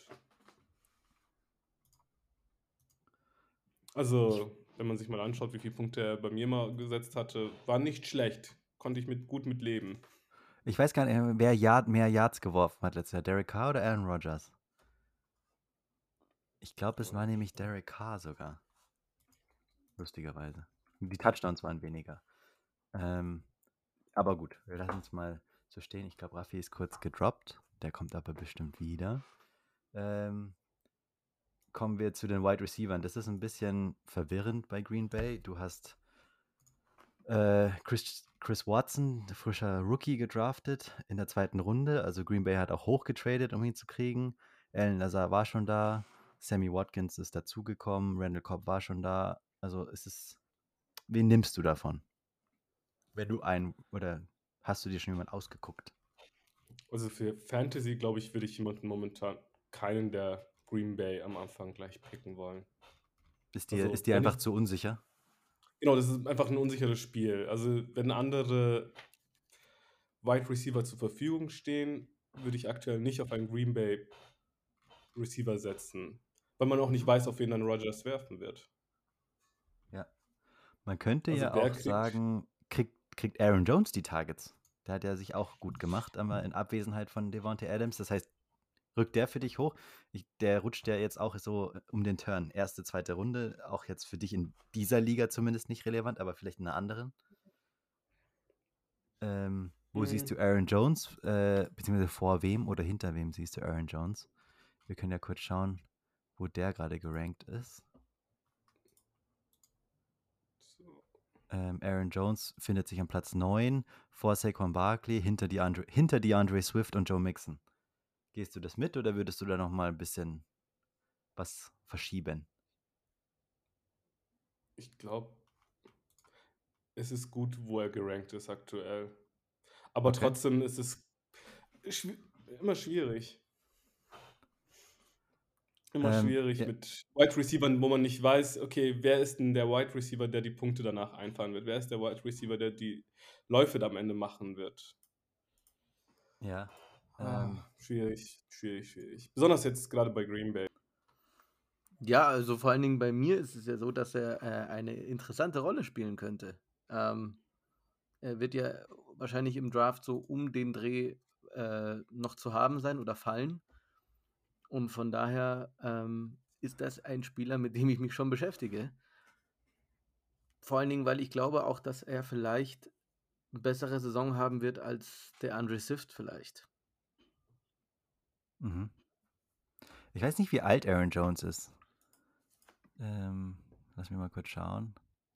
Also, wenn man sich mal anschaut, wie viele Punkte er bei mir mal gesetzt hatte, war nicht schlecht. Konnte ich mit, gut mit leben. Ich weiß gar nicht, wer Yard, mehr Yards geworfen hat letztes Jahr, Derek Carr oder Aaron Rodgers? Ich glaube, es war nämlich Derek Carr sogar. Lustigerweise. Die Touchdowns waren weniger. Ähm, aber gut, wir lassen es mal so stehen. Ich glaube, Raffi ist kurz gedroppt. Der kommt aber bestimmt wieder. Ähm, kommen wir zu den Wide Receivern. Das ist ein bisschen verwirrend bei Green Bay. Du hast äh, Chris, Chris Watson, frischer Rookie, gedraftet in der zweiten Runde. Also Green Bay hat auch hochgetradet, um ihn zu kriegen. Allen Lazar war schon da. Sammy Watkins ist dazugekommen. Randall Cobb war schon da. Also es ist, wen nimmst du davon? Wenn du einen, oder hast du dir schon jemanden ausgeguckt? Also für Fantasy, glaube ich, würde ich jemanden momentan keinen der Green Bay am Anfang gleich picken wollen. Ist dir, Also, ist dir wenn einfach ich, zu unsicher? genau, das ist einfach ein unsicheres Spiel. Also, wenn andere Wide Receiver zur Verfügung stehen, würde ich aktuell nicht auf einen Green Bay Receiver setzen, weil man auch nicht weiß, auf wen dann Rodgers werfen wird. Ja. Man könnte Also, ja wer auch kriegt, sagen, kriegt, kriegt Aaron Jones die Targets. Der hat ja sich auch gut gemacht, aber in Abwesenheit von Devontae Adams. Das heißt, rückt der für dich hoch? Ich, der rutscht ja jetzt auch so um den Turn. Erste, zweite Runde. Auch jetzt für dich in dieser Liga zumindest nicht relevant, aber vielleicht in einer anderen. Ähm, wo siehst hm, du Aaron Jones? Äh, beziehungsweise vor wem oder hinter wem siehst du Aaron Jones? Wir können ja kurz schauen, wo der gerade gerankt ist. so. Ähm, Aaron Jones findet sich an Platz neun vor Saquon Barkley, hinter DeAndre, hinter DeAndre Swift und Joe Mixon. Gehst du das mit oder würdest du da nochmal ein bisschen was verschieben? Ich glaube, es ist gut, wo er gerankt ist aktuell. Aber Okay. trotzdem ist es schwi- immer schwierig. Immer Ähm, schwierig ja, mit Wide Receivern, wo man nicht weiß, okay, wer ist denn der Wide Receiver, der die Punkte danach einfahren wird? Wer ist der Wide Receiver, der die Läufe am Ende machen wird? ja. Ah, Ähm, schwierig, schwierig, schwierig. Besonders jetzt gerade bei Green Bay. Ja, also vor allen Dingen bei mir ist es ja so, dass er äh, eine interessante Rolle spielen könnte. Ähm, er wird ja wahrscheinlich im Draft so um den Dreh äh, noch zu haben sein oder fallen. Und von daher ähm, ist das ein Spieler, mit dem ich mich schon beschäftige. Vor allen Dingen, weil ich glaube auch, dass er vielleicht eine bessere Saison haben wird als der Andre Swift vielleicht. mhm. Ich weiß nicht, wie alt Aaron Jones ist. Ähm, lass mich mal kurz schauen.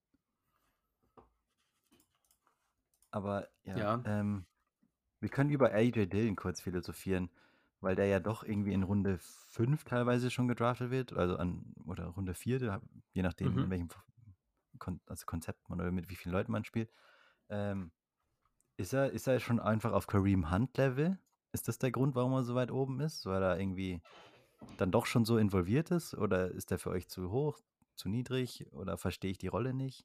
Aber ja, Ja. ähm, wir können über A J Dillon kurz philosophieren, weil der ja doch irgendwie in Runde fünf teilweise schon gedraftet wird, also an, oder Runde vier, da- je nachdem, in Mhm. welchem Kon also Konzept man oder mit wie vielen Leuten man spielt. Ähm, ist er, ist er schon einfach auf Kareem Hunt-Level? Ist das der Grund, warum er so weit oben ist? Weil er irgendwie dann doch schon so involviert ist? Oder ist der für euch zu hoch, zu niedrig? Oder verstehe ich die Rolle nicht?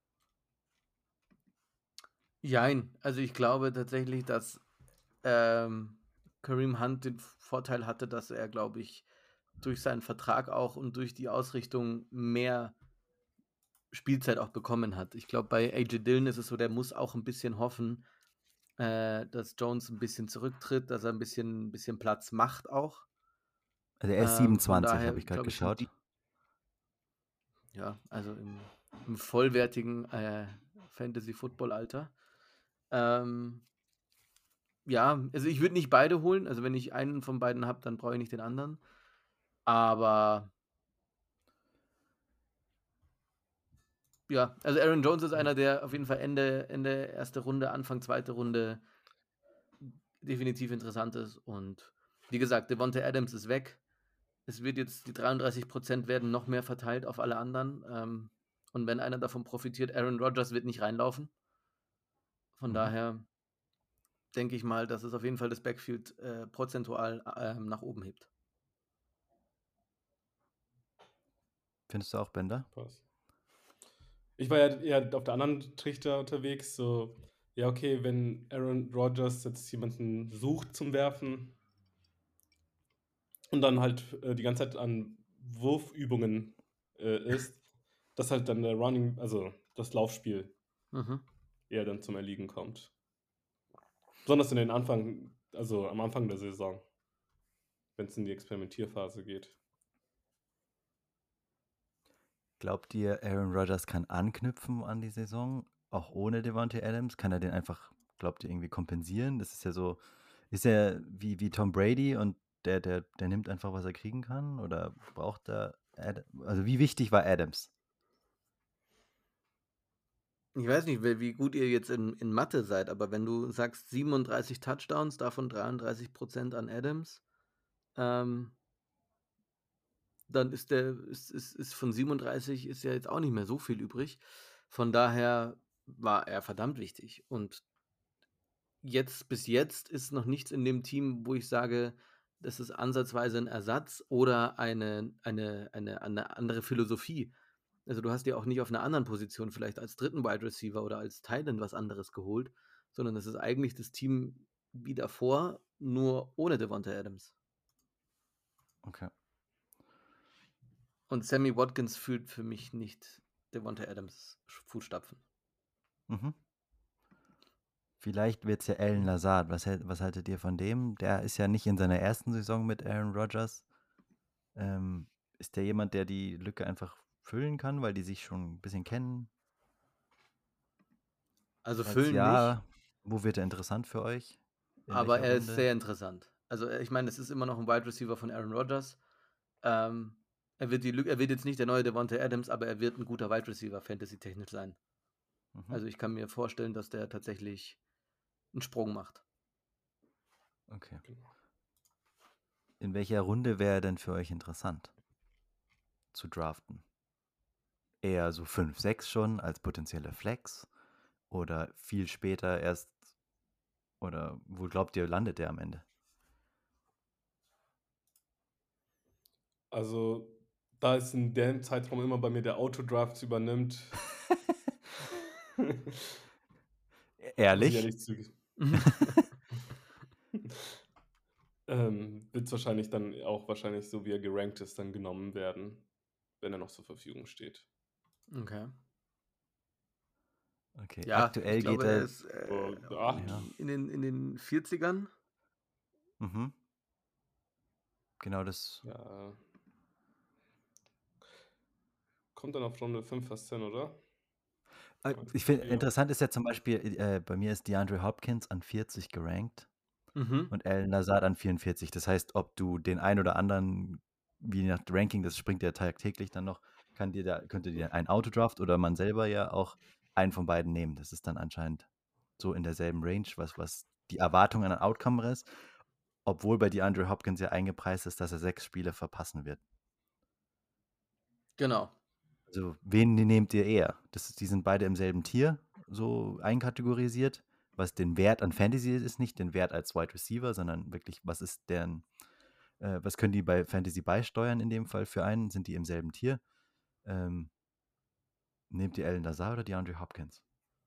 Jein. Also ich glaube tatsächlich, dass ähm, Kareem Hunt den Vorteil hatte, dass er, glaube ich, durch seinen Vertrag auch und durch die Ausrichtung mehr Spielzeit auch bekommen hat. Ich glaube, bei A J Dillon ist es so, der muss auch ein bisschen hoffen, äh, dass Jones ein bisschen zurücktritt, dass er ein bisschen, ein bisschen Platz macht auch. Also er ist Ähm, von siebenundzwanzig, habe daher ich gerade glaube ich, sind geschaut. die. Ja, also im, im vollwertigen äh, Fantasy-Football-Alter. Ähm, ja, also ich würde nicht beide holen. Also wenn ich einen von beiden habe, dann brauche ich nicht den anderen. Aber ja, also Aaron Jones ist einer, der auf jeden Fall Ende, Ende erste Runde, Anfang zweite Runde definitiv interessant ist. Und wie gesagt, Devontae Adams ist weg. Es wird jetzt, die dreiunddreißig Prozent werden noch mehr verteilt auf alle anderen. Ähm, und wenn einer davon profitiert, Aaron Rodgers wird nicht reinlaufen. Von Mhm. daher denke ich mal, dass es auf jeden Fall das Backfield äh, prozentual äh, nach oben hebt. Findest du auch, Bender? Passt. Ich war ja eher auf der anderen Trichter unterwegs, so, ja, okay, wenn Aaron Rodgers jetzt jemanden sucht zum Werfen und dann halt äh, die ganze Zeit an Wurfübungen äh, ist, dass halt dann der Running, also das Laufspiel Mhm. eher dann zum Erliegen kommt. Besonders in den Anfang, also am Anfang der Saison, wenn es in die Experimentierphase geht. Glaubt ihr, Aaron Rodgers kann anknüpfen an die Saison, auch ohne Devontae Adams? Kann er den einfach, glaubt ihr, irgendwie kompensieren? Das ist ja so, ist er wie, wie Tom Brady und der, der, der nimmt einfach, was er kriegen kann? Oder braucht er, Ad also wie wichtig war Adams? Ich weiß nicht, wie wie gut ihr jetzt in, in Mathe seid, aber wenn du sagst siebenunddreißig Touchdowns, davon dreiunddreißig Prozent an Adams, ähm, dann ist der, ist, ist, ist von siebenunddreißig ist ja jetzt auch nicht mehr so viel übrig. Von daher war er verdammt wichtig. Und jetzt, bis jetzt ist noch nichts in dem Team, wo ich sage, das ist ansatzweise ein Ersatz oder eine, eine, eine, eine andere Philosophie. Also du hast dir auch nicht auf einer anderen Position vielleicht als dritten Wide Receiver oder als Tight End was anderes geholt, sondern das ist eigentlich das Team wie davor, nur ohne Devontae Adams. Okay. Und Sammy Watkins fühlt für mich nicht Devontae Adams Fußstapfen. Mhm. Vielleicht wird es ja Alan Lazard. Was, hält- was haltet ihr von dem? Der ist ja nicht in seiner ersten Saison mit Aaron Rodgers. Ähm, ist der jemand, der die Lücke einfach füllen kann, weil die sich schon ein bisschen kennen? Also Falls füllen nicht, ja, wo wird er interessant für euch? In aber welcher er ist Runde? sehr interessant. Also äh, ich meine, es ist immer noch ein Wide Receiver von Aaron Rodgers. Ähm, er, wird die Lücke, er wird jetzt nicht der neue Devontae Adams, aber er wird ein guter Wide Receiver fantasy-technisch sein. Mhm. Also ich kann mir vorstellen, dass der tatsächlich einen Sprung macht. Okay. Genau. In welcher Runde wäre er denn für euch interessant zu draften? Eher so fünf, sechs schon als potenzielle Flex oder viel später erst? Oder wo glaubt ihr, landet der am Ende? Also, da es in dem Zeitraum immer bei mir der Autodraft übernimmt, muss ich Ehrlich? ehrlich zugeben, ähm, wird es wahrscheinlich dann auch wahrscheinlich so, wie er gerankt ist, dann genommen werden, wenn er noch zur Verfügung steht. Okay. Okay, Ja, ich aktuell geht glaube, er er. ist äh, So, acht. Ja. in, den, in den vierzigern. Mhm. Genau das. Ja. Kommt dann auf Runde fünf fast hin, oder? Äh, Oder Ich finde, vier. interessant ist ja zum Beispiel, äh, bei mir ist DeAndre Hopkins an vierzig gerankt Mhm. und Alan Lazard an vierundvierzig. Das heißt, ob du den einen oder anderen, wie nach Ranking, das springt ja tagtäglich dann noch, kann dir da, könnte dir ein Autodraft oder man selber ja auch einen von beiden nehmen. Das ist dann anscheinend so in derselben Range, was, was die Erwartung an ein Outcome ist, obwohl bei DeAndre Hopkins ja eingepreist ist, dass er sechs Spiele verpassen wird. Genau. Also, wen nehmt ihr eher? Das ist, die sind beide im selben Tier so einkategorisiert, was den Wert an Fantasy ist, nicht den Wert als Wide Receiver, sondern wirklich, was ist deren, äh, was können die bei Fantasy beisteuern in dem Fall für einen? Sind die im selben Tier? Ähm, nehmt ihr Alan Lazard oder DeAndre Hopkins?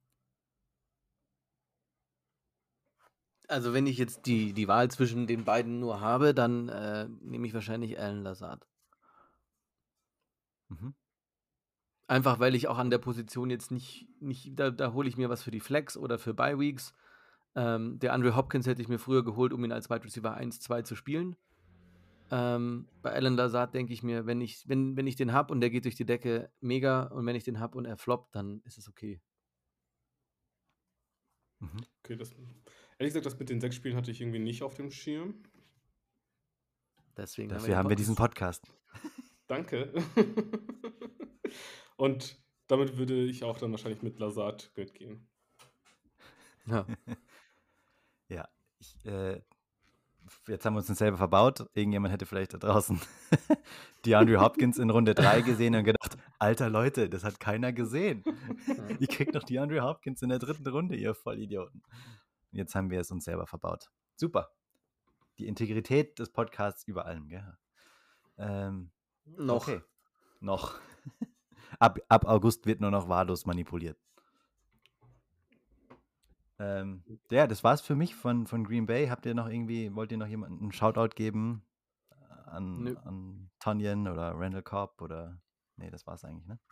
Also wenn ich jetzt die, die Wahl zwischen den beiden nur habe, dann äh, nehme ich wahrscheinlich Alan Lazard. Mhm. Einfach weil ich auch an der Position jetzt nicht, nicht da, da hole ich mir was für die Flex oder für Bye Weeks. Ähm, der Andre Hopkins hätte ich mir früher geholt, um ihn als Wide Receiver eins, zwei zu spielen. Ähm, bei Alan Lazard denke ich mir, wenn ich, wenn, wenn ich den hab und der geht durch die Decke, mega. Und wenn ich den hab und er floppt, dann ist es okay. Mhm. Okay, das, ehrlich gesagt, das mit den sechs Spielen hatte ich irgendwie nicht auf dem Schirm. Deswegen Dafür haben wir diesen Podcast. Danke. Und damit würde ich auch dann wahrscheinlich mit Lazard mitgehen. Ja. Ja, ich, äh, jetzt haben wir uns das selber verbaut. Irgendjemand hätte vielleicht da draußen DeAndre Hopkins in Runde drei gesehen und gedacht, alter Leute, das hat keiner gesehen. Ihr kriegt doch DeAndre Hopkins in der dritten Runde, ihr Vollidioten. Und jetzt haben wir es uns selber verbaut. Super. Die Integrität des Podcasts über allem, gell? Ähm, Noch. Okay, noch. ab, ab August wird nur noch wahllos manipuliert. Ähm, ja, das war's für mich von, von Green Bay. Habt ihr noch irgendwie, wollt ihr noch jemanden einen Shoutout geben an, Nö. an Tonyan oder Randall Cobb oder nee, das war's eigentlich, ne?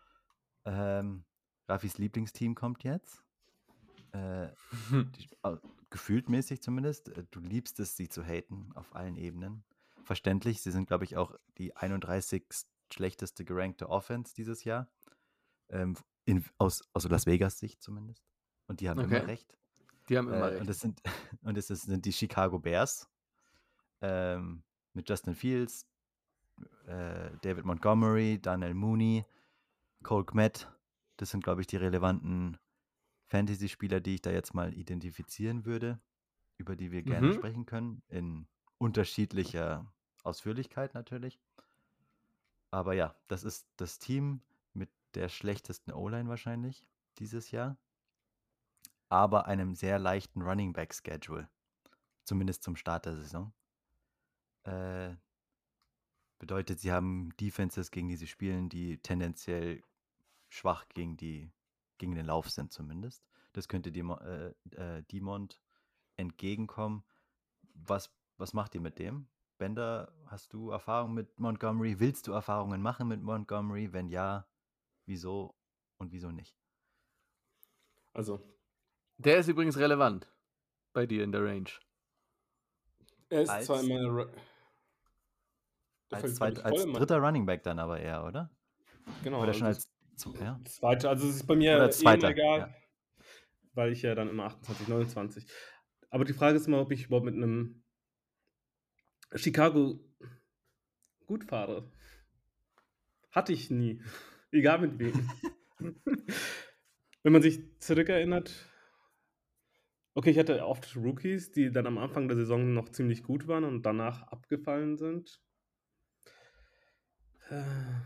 Ähm, Raffis Lieblingsteam kommt jetzt. Äh, die, äh, gefühlt mäßig zumindest. Äh, Du liebst es, sie zu haten auf allen Ebenen. Verständlich, sie sind, glaube ich, auch die einunddreißigste schlechteste gerankte Offense dieses Jahr. Ähm, in, aus, aus Las Vegas Sicht zumindest. Und die haben Okay. immer recht. Die haben immer Äh, und recht. es sind, und es ist, sind die Chicago Bears ähm, mit Justin Fields, äh, David Montgomery, Darnell Mooney, Cole Kmet. Das sind, glaube ich, die relevanten Fantasy-Spieler, die ich da jetzt mal identifizieren würde, über die wir gerne Mhm. sprechen können, in unterschiedlicher Ausführlichkeit natürlich. Aber ja, das ist das Team mit der schlechtesten O-Line wahrscheinlich dieses Jahr, aber einem sehr leichten Running Back Schedule, zumindest zum Start der Saison. Äh, bedeutet, sie haben Defenses, gegen die sie spielen, die tendenziell schwach gegen, die, gegen den Lauf sind zumindest. Das könnte Demo, äh, äh, Demont entgegenkommen. Was, was macht ihr mit dem? Bender, hast du Erfahrung mit Montgomery? Willst du Erfahrungen machen mit Montgomery? Wenn ja, wieso und wieso nicht? Also, Der ist übrigens relevant bei dir in der Range. er ist Als- zwar in meiner. Ra Der Als, fällt, zweit, glaub ich, voll als in mein- dritter Running Back dann aber eher, oder? Genau. Oder schon also als z- ja? Zweiter, also es ist bei mir Oder eh als Zweiter, immer egal, ja. weil ich ja dann immer achtundzwanzig, neunundzwanzig. Aber die Frage ist immer, ob ich überhaupt mit einem Chicago gut fahre. Hatte ich nie. Egal mit wem. Wenn man sich zurückerinnert, okay, ich hatte oft Rookies, die dann am Anfang der Saison noch ziemlich gut waren und danach abgefallen sind. Äh,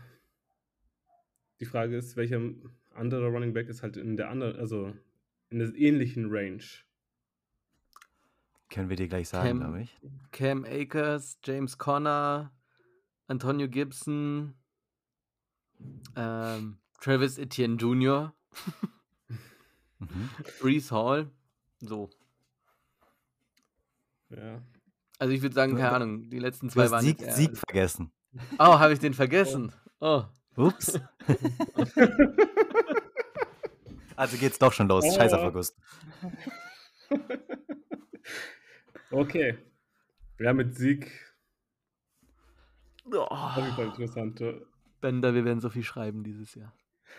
Die Frage ist, welcher andere Running Back ist halt in der anderen, also in der ähnlichen Range. Können wir dir gleich sagen, Cam, glaube ich. Cam Akers, James Conner, Antonio Gibson, ähm, Travis Etienne Junior, Mhm. Brees Hall. So. Ja. Also ich würde sagen, Du- keine du- Ahnung, die letzten Du zwei hast waren Sieg, jetzt eher... Sieg vergessen. Oh, habe ich den vergessen? Oh. Ups. Also geht's doch schon los. Oh. Scheiß auf August. Okay. Ja, mit Sieg. Oh. Auf jeden Fall interessant. Bender, wir werden so viel schreiben dieses Jahr.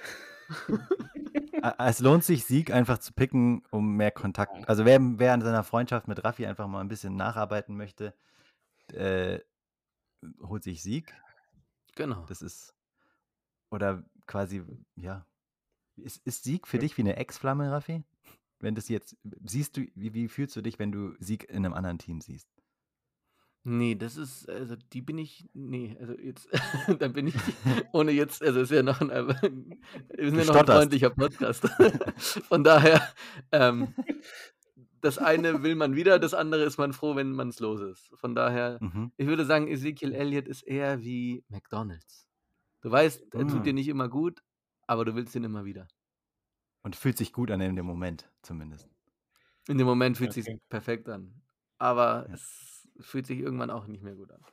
Es lohnt sich, Sieg einfach zu picken, um mehr Kontakt. Also wer, wer an seiner Freundschaft mit Raffi einfach mal ein bisschen nacharbeiten möchte, äh, holt sich Sieg. Genau. Das ist, oder quasi, ja. Ist, ist Sieg für dich wie eine Ex-Flamme, Raffi? Wenn das jetzt, siehst du, wie, wie fühlst du dich, wenn du Sieg in einem anderen Team siehst? Nee, das ist, also die bin ich, nee, also jetzt, dann bin ich, ohne jetzt, also ist ja noch ein, wir sind Du ja noch ein stotterst. freundlicher Podcast. Von daher, ähm, das eine will man wieder, das andere ist man froh, wenn man es los ist. Von daher, Mhm. ich würde sagen, Ezekiel Elliott ist eher wie McDonald's. Du weißt, er tut Mm. dir nicht immer gut, aber du willst ihn immer wieder. Und fühlt sich gut an in dem Moment, zumindest. In dem Moment fühlt es Okay. sich perfekt an. Aber Ja. es fühlt sich irgendwann auch nicht mehr gut an.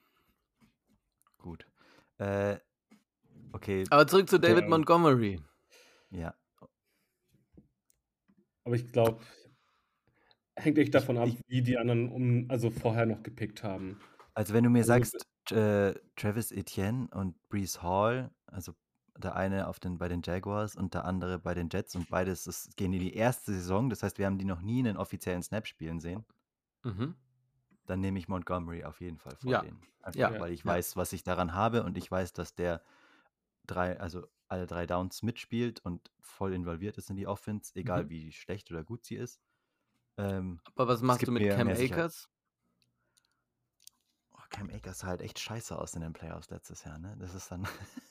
Gut. Äh, okay, Aber zurück zu David Ja. Montgomery. ja. Aber ich glaube, hängt echt davon ab, ich- wie die anderen um, also vorher noch gepickt haben. Also wenn du mir Also, sagst, äh, Travis Etienne und Breece Hall, also der eine auf den, bei den Jaguars und der andere bei den Jets und beides das gehen in die erste Saison, das heißt, wir haben die noch nie in einen offiziellen Snap spielen sehen, Mhm. dann nehme ich Montgomery auf jeden Fall vor Ja. denen. Einfach Ja. Ja. weil ich Ja. weiß, was ich daran habe und ich weiß, dass der drei, also alle drei Downs mitspielt und voll involviert ist in die Offense, egal Mhm. wie schlecht oder gut sie ist. Ähm, Aber was es machst du gibt mit mir Cam mehr Sicherheit. Akers? Oh, Cam Akers sah halt echt scheiße aus in den Playoffs letztes Jahr, ne? Das ist dann.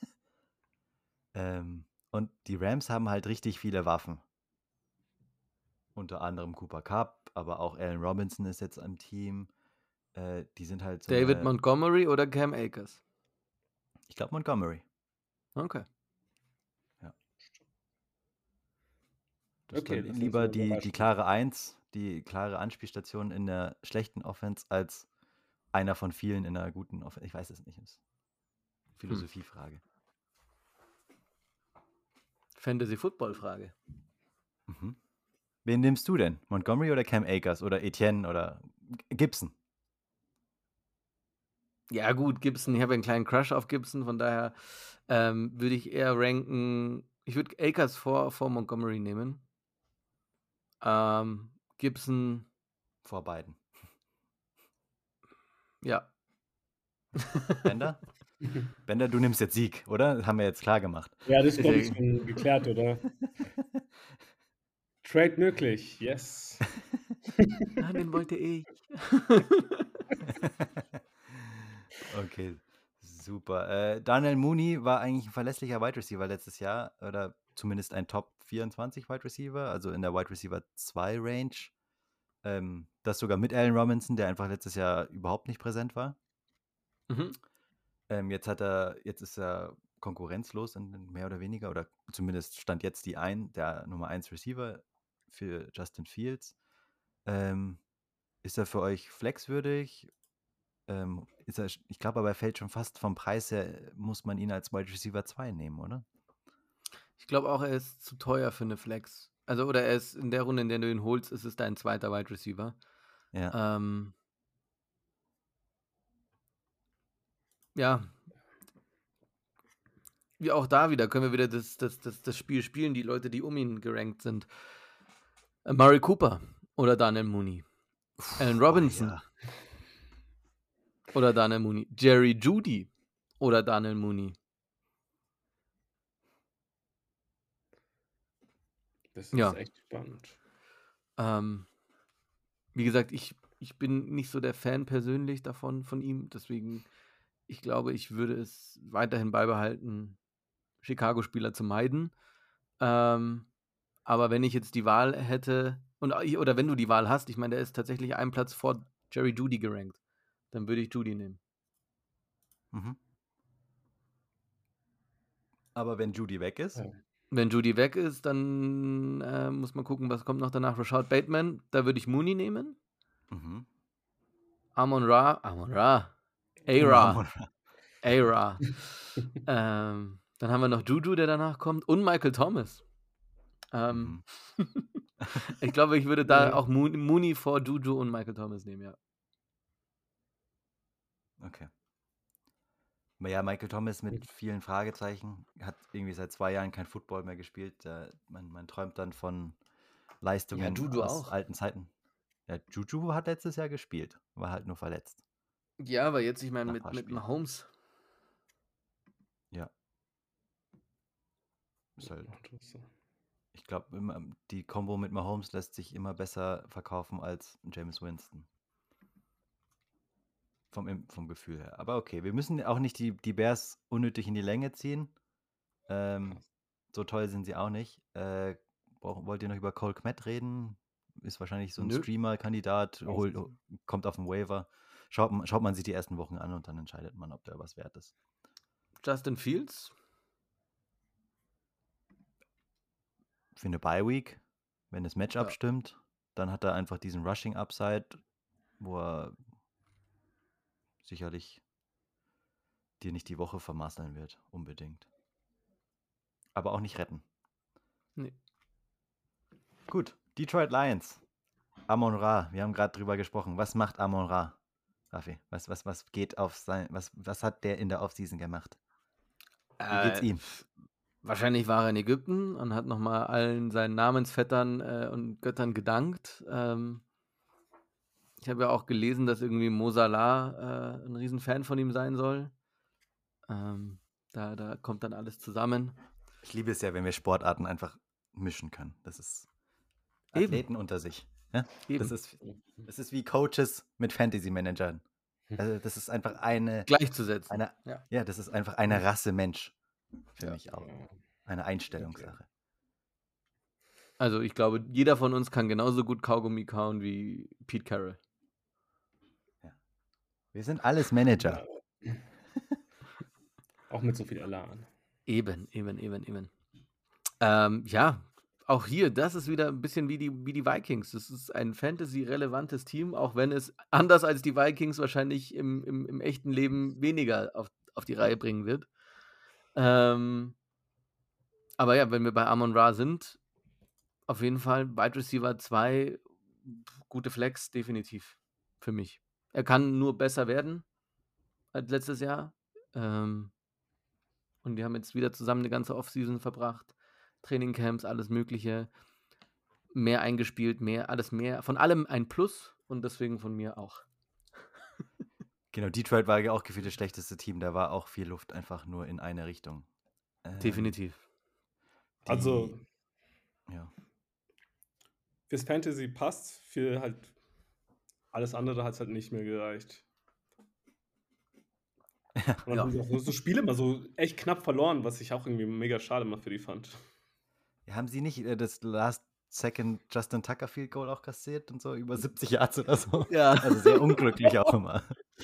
ähm, und die Rams haben halt richtig viele Waffen. Unter anderem Cooper Kupp, aber auch Allen Robinson ist jetzt im Team. Äh, die sind halt so David eine. Montgomery oder Cam Akers? Ich glaube Montgomery. Okay. Das ist Okay, dann das sind lieber so die, die Überraschungen. klare Eins, die klare Anspielstation in der schlechten Offense als einer von vielen in einer guten Offense. Ich weiß es nicht. Ist Philosophiefrage. Fantasy-Football-Frage. Mhm. Wen nimmst du denn? Montgomery oder Cam Akers oder Etienne oder Gibson? Ja, gut, Gibson, ich habe einen kleinen Crush auf Gibson, von daher ähm, würde ich eher ranken, ich würde Akers vor, vor Montgomery nehmen. Ähm, Gibson, Vor beiden. ja. Bender? Bender, du nimmst jetzt Sieg, oder? Haben wir jetzt klar gemacht. Ja, das Ist glaube ja- ich schon geklärt, oder? Trade möglich, yes. Ah, den wollte ich. Okay, super. Äh, Daniel Mooney war eigentlich ein verlässlicher Wide Receiver letztes Jahr oder zumindest ein Top vierundzwanzig Wide Receiver, also in der Wide Receiver zwei Range. Ähm, das sogar mit Allen Robinson, der einfach letztes Jahr überhaupt nicht präsent war. Mhm. Ähm, jetzt hat er, jetzt ist er konkurrenzlos in, mehr oder weniger, oder zumindest stand jetzt die ein, der Nummer eins Receiver für Justin Fields. Ähm, ist er für euch flexwürdig? Ähm, ist er, ich glaube aber, er fällt schon fast vom Preis her, muss man ihn als Wide Receiver zwei nehmen, oder? Ich glaube auch, er ist zu teuer für eine Flex. Also, oder er ist in der Runde, in der du ihn holst, ist es dein zweiter Wide Receiver. Ja. Ähm, ja. Wie auch da wieder, können wir wieder das, das, das, das Spiel spielen, die Leute, die um ihn gerankt sind. Äh, Murray Cooper oder Daniel Mooney. Allen Robinson Oh, ja. oder Daniel Mooney. Jerry Jeudy oder Daniel Mooney. Das ist Ja. echt spannend. Ähm, wie gesagt, ich, ich bin nicht so der Fan persönlich davon, von ihm. Deswegen, ich glaube, ich würde es weiterhin beibehalten, Chicago-Spieler zu meiden. Ähm, aber wenn ich jetzt die Wahl hätte, und, oder wenn du die Wahl hast, ich meine, der ist tatsächlich einen Platz vor Jerry Jeudy gerankt, dann würde ich Jeudy nehmen. Mhm. Aber wenn Judy weg ist? Ja. Wenn Jeudy weg ist, dann äh, muss man gucken, was kommt noch danach. Rashad Bateman, da würde ich Mooney nehmen. Mhm. Amon Ra, Amon Ra, A-Ra, A-Ra. ähm, dann haben wir noch Juju, der danach kommt, und Michael Thomas. Ähm, Mhm. ich glaube, ich würde da Ja. auch Moon, Mooney vor Juju und Michael Thomas nehmen, ja. Okay. Ja, Michael Thomas mit vielen Fragezeichen, hat irgendwie seit zwei Jahren kein Football mehr gespielt. Äh, man, man träumt dann von Leistungen Juju aus auch. alten Zeiten. Ja, Juju hat letztes Jahr gespielt, war halt nur verletzt. Ja, aber jetzt, ich meine, Nach ein mit, paar mit Spielen. Mahomes. Ja. Ist halt, Interessant. ich glaube, die Kombo mit Mahomes lässt sich immer besser verkaufen als James Winston. Vom, Im- vom Gefühl her. Aber okay, wir müssen auch nicht die, die Bears unnötig in die Länge ziehen. Ähm, so toll sind sie auch nicht. Äh, brauch- wollt ihr noch über Cole Kmet reden? Ist wahrscheinlich so ein Nö. Streamer-Kandidat, holt, kommt auf den Waiver. Schaut, man- schaut man sich die ersten Wochen an und dann entscheidet man, ob der was wert ist. Justin Fields? Für eine Bye-Week, wenn das Matchup Ja. stimmt, dann hat er einfach diesen Rushing-Upside, wo er sicherlich dir nicht die Woche vermasseln wird, unbedingt. Aber auch nicht retten. Nee. Gut, Detroit Lions. Amon Ra, wir haben gerade drüber gesprochen. Was macht Amon Ra? Raffi? Was, was, was geht auf sein, was, was hat der in der Offseason gemacht? Wie Äh, geht's ihm? Wahrscheinlich war er in Ägypten und hat nochmal allen seinen Namensvettern äh, und Göttern gedankt. Ähm, ich habe ja auch gelesen, dass irgendwie Mo Salah äh, ein Riesenfan von ihm sein soll. Ähm, da, da kommt dann alles zusammen. Ich liebe es ja, wenn wir Sportarten einfach mischen können. Das ist Eben. Athleten unter sich. Ja? Eben. Das ist, das ist wie Coaches mit Fantasy-Managern. Also das ist einfach eine, Gleichzusetzen. eine Ja. ja, das ist einfach eine Rasse Mensch. Für Ja. mich auch. Eine Einstellungssache. Also ich glaube, jeder von uns kann genauso gut Kaugummi kauen wie Pete Carroll. Wir sind alles Manager. Auch mit so viel Elan. Eben, eben, eben, eben. Ähm, ja, auch hier, das ist wieder ein bisschen wie die, wie die Vikings. Das ist ein Fantasy-relevantes Team, auch wenn es anders als die Vikings wahrscheinlich im, im, im echten Leben weniger auf, auf die Reihe bringen wird. Ähm, aber ja, wenn wir bei Amon-Ra sind, auf jeden Fall Wide Receiver zwei, gute Flex, definitiv für mich. Er kann nur besser werden als letztes Jahr. Ähm, und die haben jetzt wieder zusammen eine ganze Offseason verbracht. Trainingcamps, alles Mögliche. Mehr eingespielt, mehr, alles mehr. Von allem ein Plus und deswegen von mir auch. Genau, Detroit war ja auch gefühlt das schlechteste Team. Da war auch viel Luft einfach nur in eine Richtung. Ähm, Definitiv. die, Also, ja. fürs Fantasy passt, für halt alles andere hat es halt nicht mehr gereicht. Und dann haben sie auch so Spiele mal so echt knapp verloren, was ich auch irgendwie mega schade mal für die fand. Ja, haben sie nicht äh, das Last Second Justin Tucker Field Goal auch kassiert und so über siebzig Yards oder so? Ja. Also sehr unglücklich auch immer.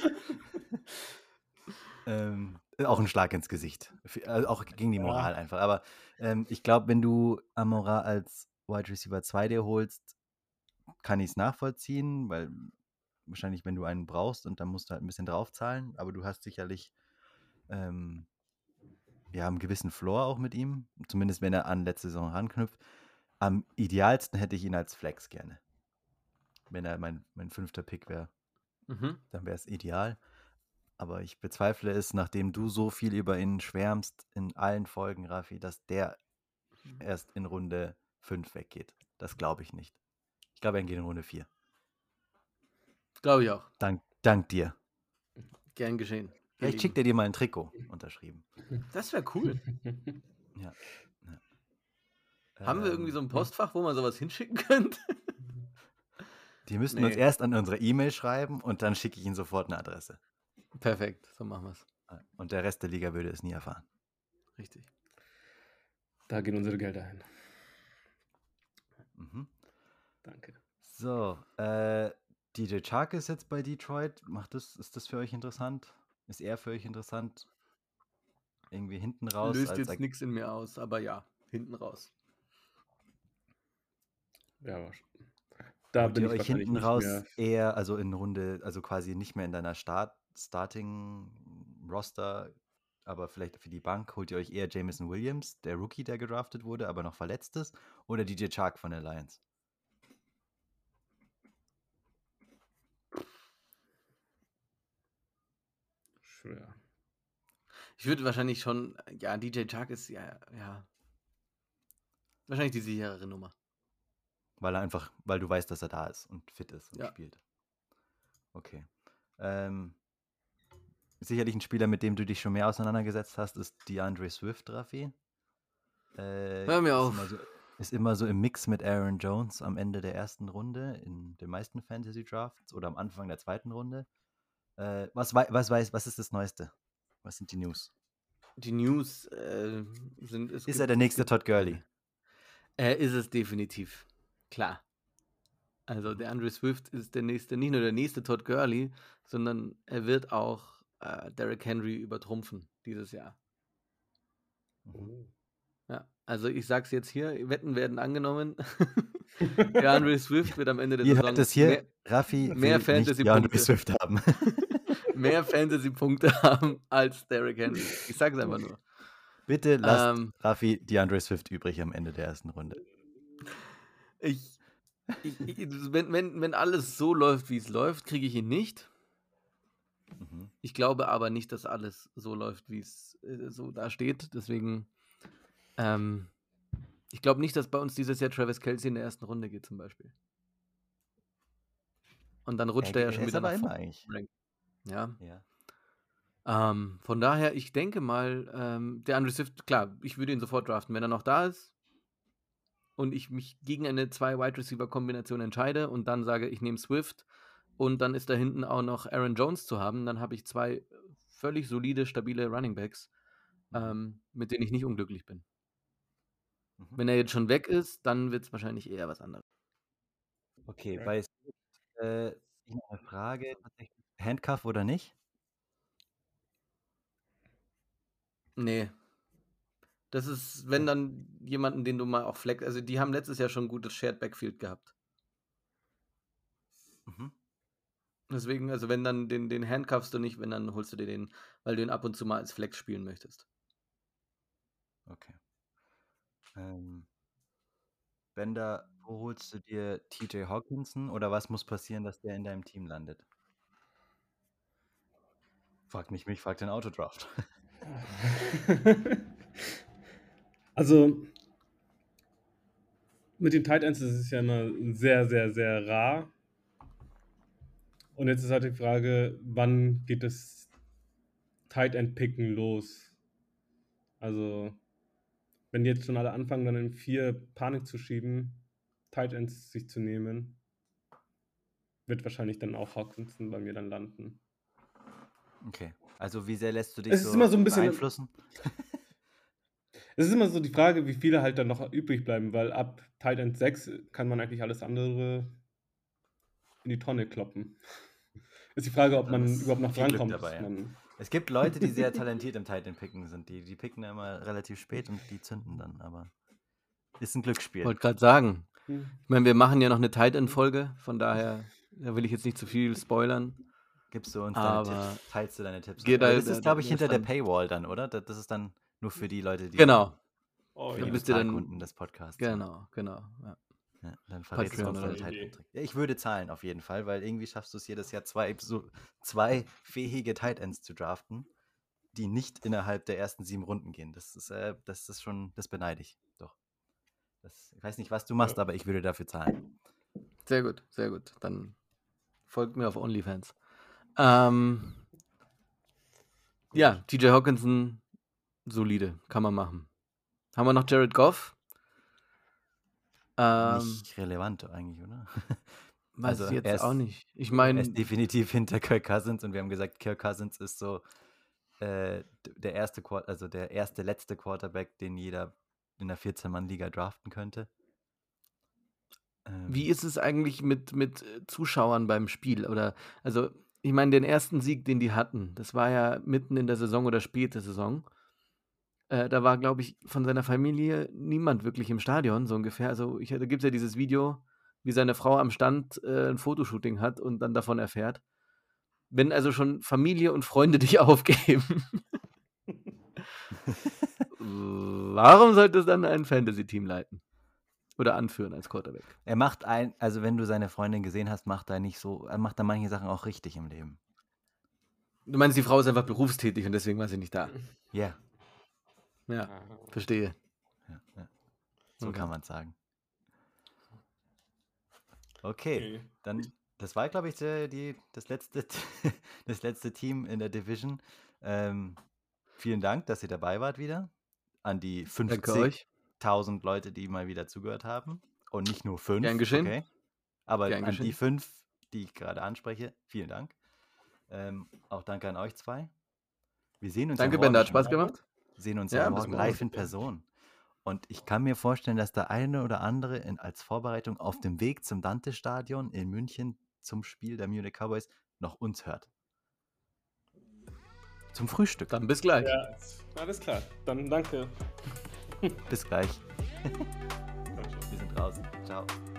ähm, auch ein Schlag ins Gesicht. Für- Also auch gegen die Moral Ja. einfach. Aber ähm, ich glaube, wenn du Amon-Ra als Wide Receiver zwei dir holst, kann ich es nachvollziehen, weil wahrscheinlich, wenn du einen brauchst und dann musst du halt ein bisschen draufzahlen, aber du hast sicherlich ähm, ja, einen gewissen Floor auch mit ihm, zumindest wenn er an letzte Saison ranknüpft. Am idealsten hätte ich ihn als Flex gerne. Wenn er mein, mein fünfter Pick wäre, Mhm. dann wäre es ideal. Aber ich bezweifle es, nachdem du so viel über ihn schwärmst in allen Folgen, Raffi, dass der erst in Runde fünf weggeht. Das glaube ich nicht. Ich glaube, er geht in Runde vier. Glaube ich auch. Dank, dank dir. Gern geschehen. ihr Vielleicht Lieben. schickt er dir mal ein Trikot unterschrieben. Das wäre cool. Ja. ja. Haben wir irgendwie Ähm, so ein Postfach, wo man sowas hinschicken könnte? Die müssten Nee. uns erst an unsere E-Mail schreiben und dann schicke ich ihnen sofort eine Adresse. Perfekt, so machen wir es. Und der Rest der Liga würde es nie erfahren. Richtig. Da gehen unsere Gelder hin. Mhm. Danke. So, äh, D J Chark ist jetzt bei Detroit. Macht das, ist das für euch interessant? Ist er für euch interessant? Irgendwie hinten raus? Löst als jetzt Ag- nichts in mir aus, aber ja, hinten raus. Ja, wahrsch- da Holt bin ihr ich euch wahrscheinlich hinten nicht raus mehr. eher, also in Runde, also quasi nicht mehr in deiner Start, Starting Roster, aber vielleicht für die Bank, holt ihr euch eher Jameson Williams, der Rookie, der gedraftet wurde, aber noch verletzt ist, oder D J Chark von der Lions? Schwer. Ich würde wahrscheinlich schon, ja, D J Chark ist ja, ja. Wahrscheinlich die sicherere Nummer. Weil er einfach, weil du weißt, dass er da ist und fit ist und Ja. spielt. Okay. Ähm, sicherlich ein Spieler, mit dem du dich schon mehr auseinandergesetzt hast, ist DeAndre Swift, Raffi. Äh, Hör mir ist auf. Immer so, ist immer so im Mix mit Aaron Jones am Ende der ersten Runde in den meisten Fantasy Drafts oder am Anfang der zweiten Runde. Äh, was, wei- was, weiß, was ist das Neueste? Was sind die News? Die News äh, sind. Es Ist gibt, er der es nächste gibt, Todd Gurley? Er ist es definitiv. Klar. Also der Andre Swift ist der nächste, nicht nur der nächste Todd Gurley, sondern er wird auch äh, Derrick Henry übertrumpfen dieses Jahr. Oh. Ja, also ich sag's jetzt hier, Wetten werden angenommen. Der Andre Swift wird am Ende der Ihr Saison hört es hier, mehr, Raffi mehr will nicht DeAndre Fantasy-Punkte Swift haben. mehr Fantasy-Punkte haben als Derrick Henry. Ich sag's einfach nur. Bitte lasst Ähm, Raffi DeAndre Swift übrig am Ende der ersten Runde. ich, ich, ich, wenn, wenn, wenn alles so läuft, wie es läuft, kriege ich ihn nicht. Mhm. Ich glaube aber nicht, dass alles so läuft, wie es äh, so da steht. Deswegen, ähm, ich glaube nicht, dass bei uns dieses Jahr Travis Kelce in der ersten Runde geht zum Beispiel. Und dann Er, rutscht er ja er schon ist wieder aber nach immer vorne. eigentlich. Ja. Ja. Ähm, von daher, ich denke mal, ähm, der Andre Swift, klar, ich würde ihn sofort draften, wenn er noch da ist und ich mich gegen eine zwei-Wide-Receiver-Kombination entscheide und dann sage, ich nehme Swift und dann ist da hinten auch noch Aaron Jones zu haben, dann habe ich zwei völlig solide, stabile Runningbacks, Mhm. ähm, mit denen ich nicht unglücklich bin. Mhm. Wenn er jetzt schon weg ist, dann wird es wahrscheinlich eher was anderes. Okay, Ja. bei Swift äh, ich noch eine Frage, tatsächlich. Handcuff oder nicht? Nee. Das ist, wenn Okay. dann jemanden, den du mal auch flex, also die haben letztes Jahr schon ein gutes Shared Backfield gehabt. Mhm. Deswegen, also wenn dann den, den handcuffst du nicht, wenn dann holst du dir den, weil du ihn ab und zu mal als Flex spielen möchtest. Okay. Ähm, Bender, wo holst du dir T J Hawkinson oder was muss passieren, dass der in deinem Team landet? Frag nicht mich, frag den Autodraft. Also, mit den Tight Ends ist es ja immer sehr, sehr, sehr rar. Und jetzt ist halt die Frage, wann geht das Tight End Picken los? Also, wenn die jetzt schon alle anfangen, dann in vier Panik zu schieben, Tight Ends sich zu nehmen, wird wahrscheinlich dann auch Hawkinson bei mir dann landen. Okay. Also wie sehr lässt du dich Es ist so immer so ein bisschen- beeinflussen? Es ist immer so die Frage, wie viele halt dann noch übrig bleiben, weil ab Tight End sechs kann man eigentlich alles andere in die Tonne kloppen. Ist die Frage, ob Dann man ist überhaupt noch viel Glück drankommt. dabei, bis ja. man Es gibt Leute, die sehr talentiert im Tight End picken sind. Die, die picken ja immer relativ spät und die zünden dann, aber ist ein Glücksspiel. Wollte gerade sagen. Hm. Ich meine, wir machen ja noch eine Tight End Folge, von daher da will ich jetzt nicht zu viel spoilern. Gibst du uns Aber deine Tipps? Teilst du deine Tipps? geht Aber da- das da- ist, glaube ich, da ist hinter der dann- Paywall dann, oder? Das das ist dann nur für die Leute, die Genau, Oh, für da die müsst ihr dann- Bezahlkunden des Podcasts sind. genau, genau. Ja. Ja, dann verrätst du Patreon uns oder deinen so. Tight End Trick. Ja, ich würde zahlen auf jeden Fall, weil irgendwie schaffst du es jedes Jahr zwei, so, zwei fähige Tight Ends zu draften, die nicht innerhalb der ersten sieben Runden gehen. Das ist, äh, das ist schon, das beneide ich. Doch. Das, ich weiß nicht, was du machst, Ja. aber ich würde dafür zahlen. Sehr gut, sehr gut. Dann folgt mir auf OnlyFans. Ähm, ja, T J Hawkinson, solide, kann man machen. Haben wir noch Jared Goff? Ähm, Nicht relevant eigentlich, oder? weiß also ich jetzt er ist- auch nicht. Ich Er meine, ist definitiv hinter Kirk Cousins und wir haben gesagt, Kirk Cousins ist so äh, d- der erste, Quar- also der erste letzte Quarterback, den jeder in der vierzehn-Mann-Liga draften könnte. Ähm, wie ist es eigentlich mit, mit äh, Zuschauern beim Spiel? Oder, also, ich meine, den ersten Sieg, den die hatten, das war ja mitten in der Saison oder späte Saison. Äh, da war, glaube ich, von seiner Familie niemand wirklich im Stadion, so ungefähr. Also, ich, da gibt es ja dieses Video, wie seine Frau am Stand äh, ein Fotoshooting hat und dann davon erfährt. Wenn also schon Familie und Freunde dich aufgeben, warum sollte es dann ein Fantasy-Team leiten? Oder anführen als Quarterback? er macht ein, also wenn du seine Freundin gesehen hast, macht er nicht so, er macht da manche Sachen auch richtig im Leben. Du meinst, die Frau ist einfach berufstätig und deswegen war sie nicht da. Ja, Ja, Ah. verstehe. ja, ja. So Okay. kann man sagen. Okay, Okay. dann, das war, glaube ich, der, die, das, letzte, das letzte Team in der Division. Ähm, vielen Dank, dass ihr dabei wart wieder. An die Danke euch. fünfzigtausend Leute, die mal wieder zugehört haben. Und nicht nur fünf. Gern geschehen. Okay. Aber Gern an geschehen. die fünf, die ich gerade anspreche, vielen Dank. Ähm, auch danke an euch zwei. Wir sehen uns Danke, ja Ben, morgen hat schon. Spaß gemacht. sehen uns Ja, ja bis morgen morgen. live in Person. Und ich kann mir vorstellen, dass der eine oder andere in, als Vorbereitung auf dem Weg zum Dante-Stadion in München zum Spiel der Munich Cowboys noch uns hört. Zum Frühstück. Dann bis gleich. Ja, alles klar. Dann danke. Bis gleich. Wir sind draußen. Ciao.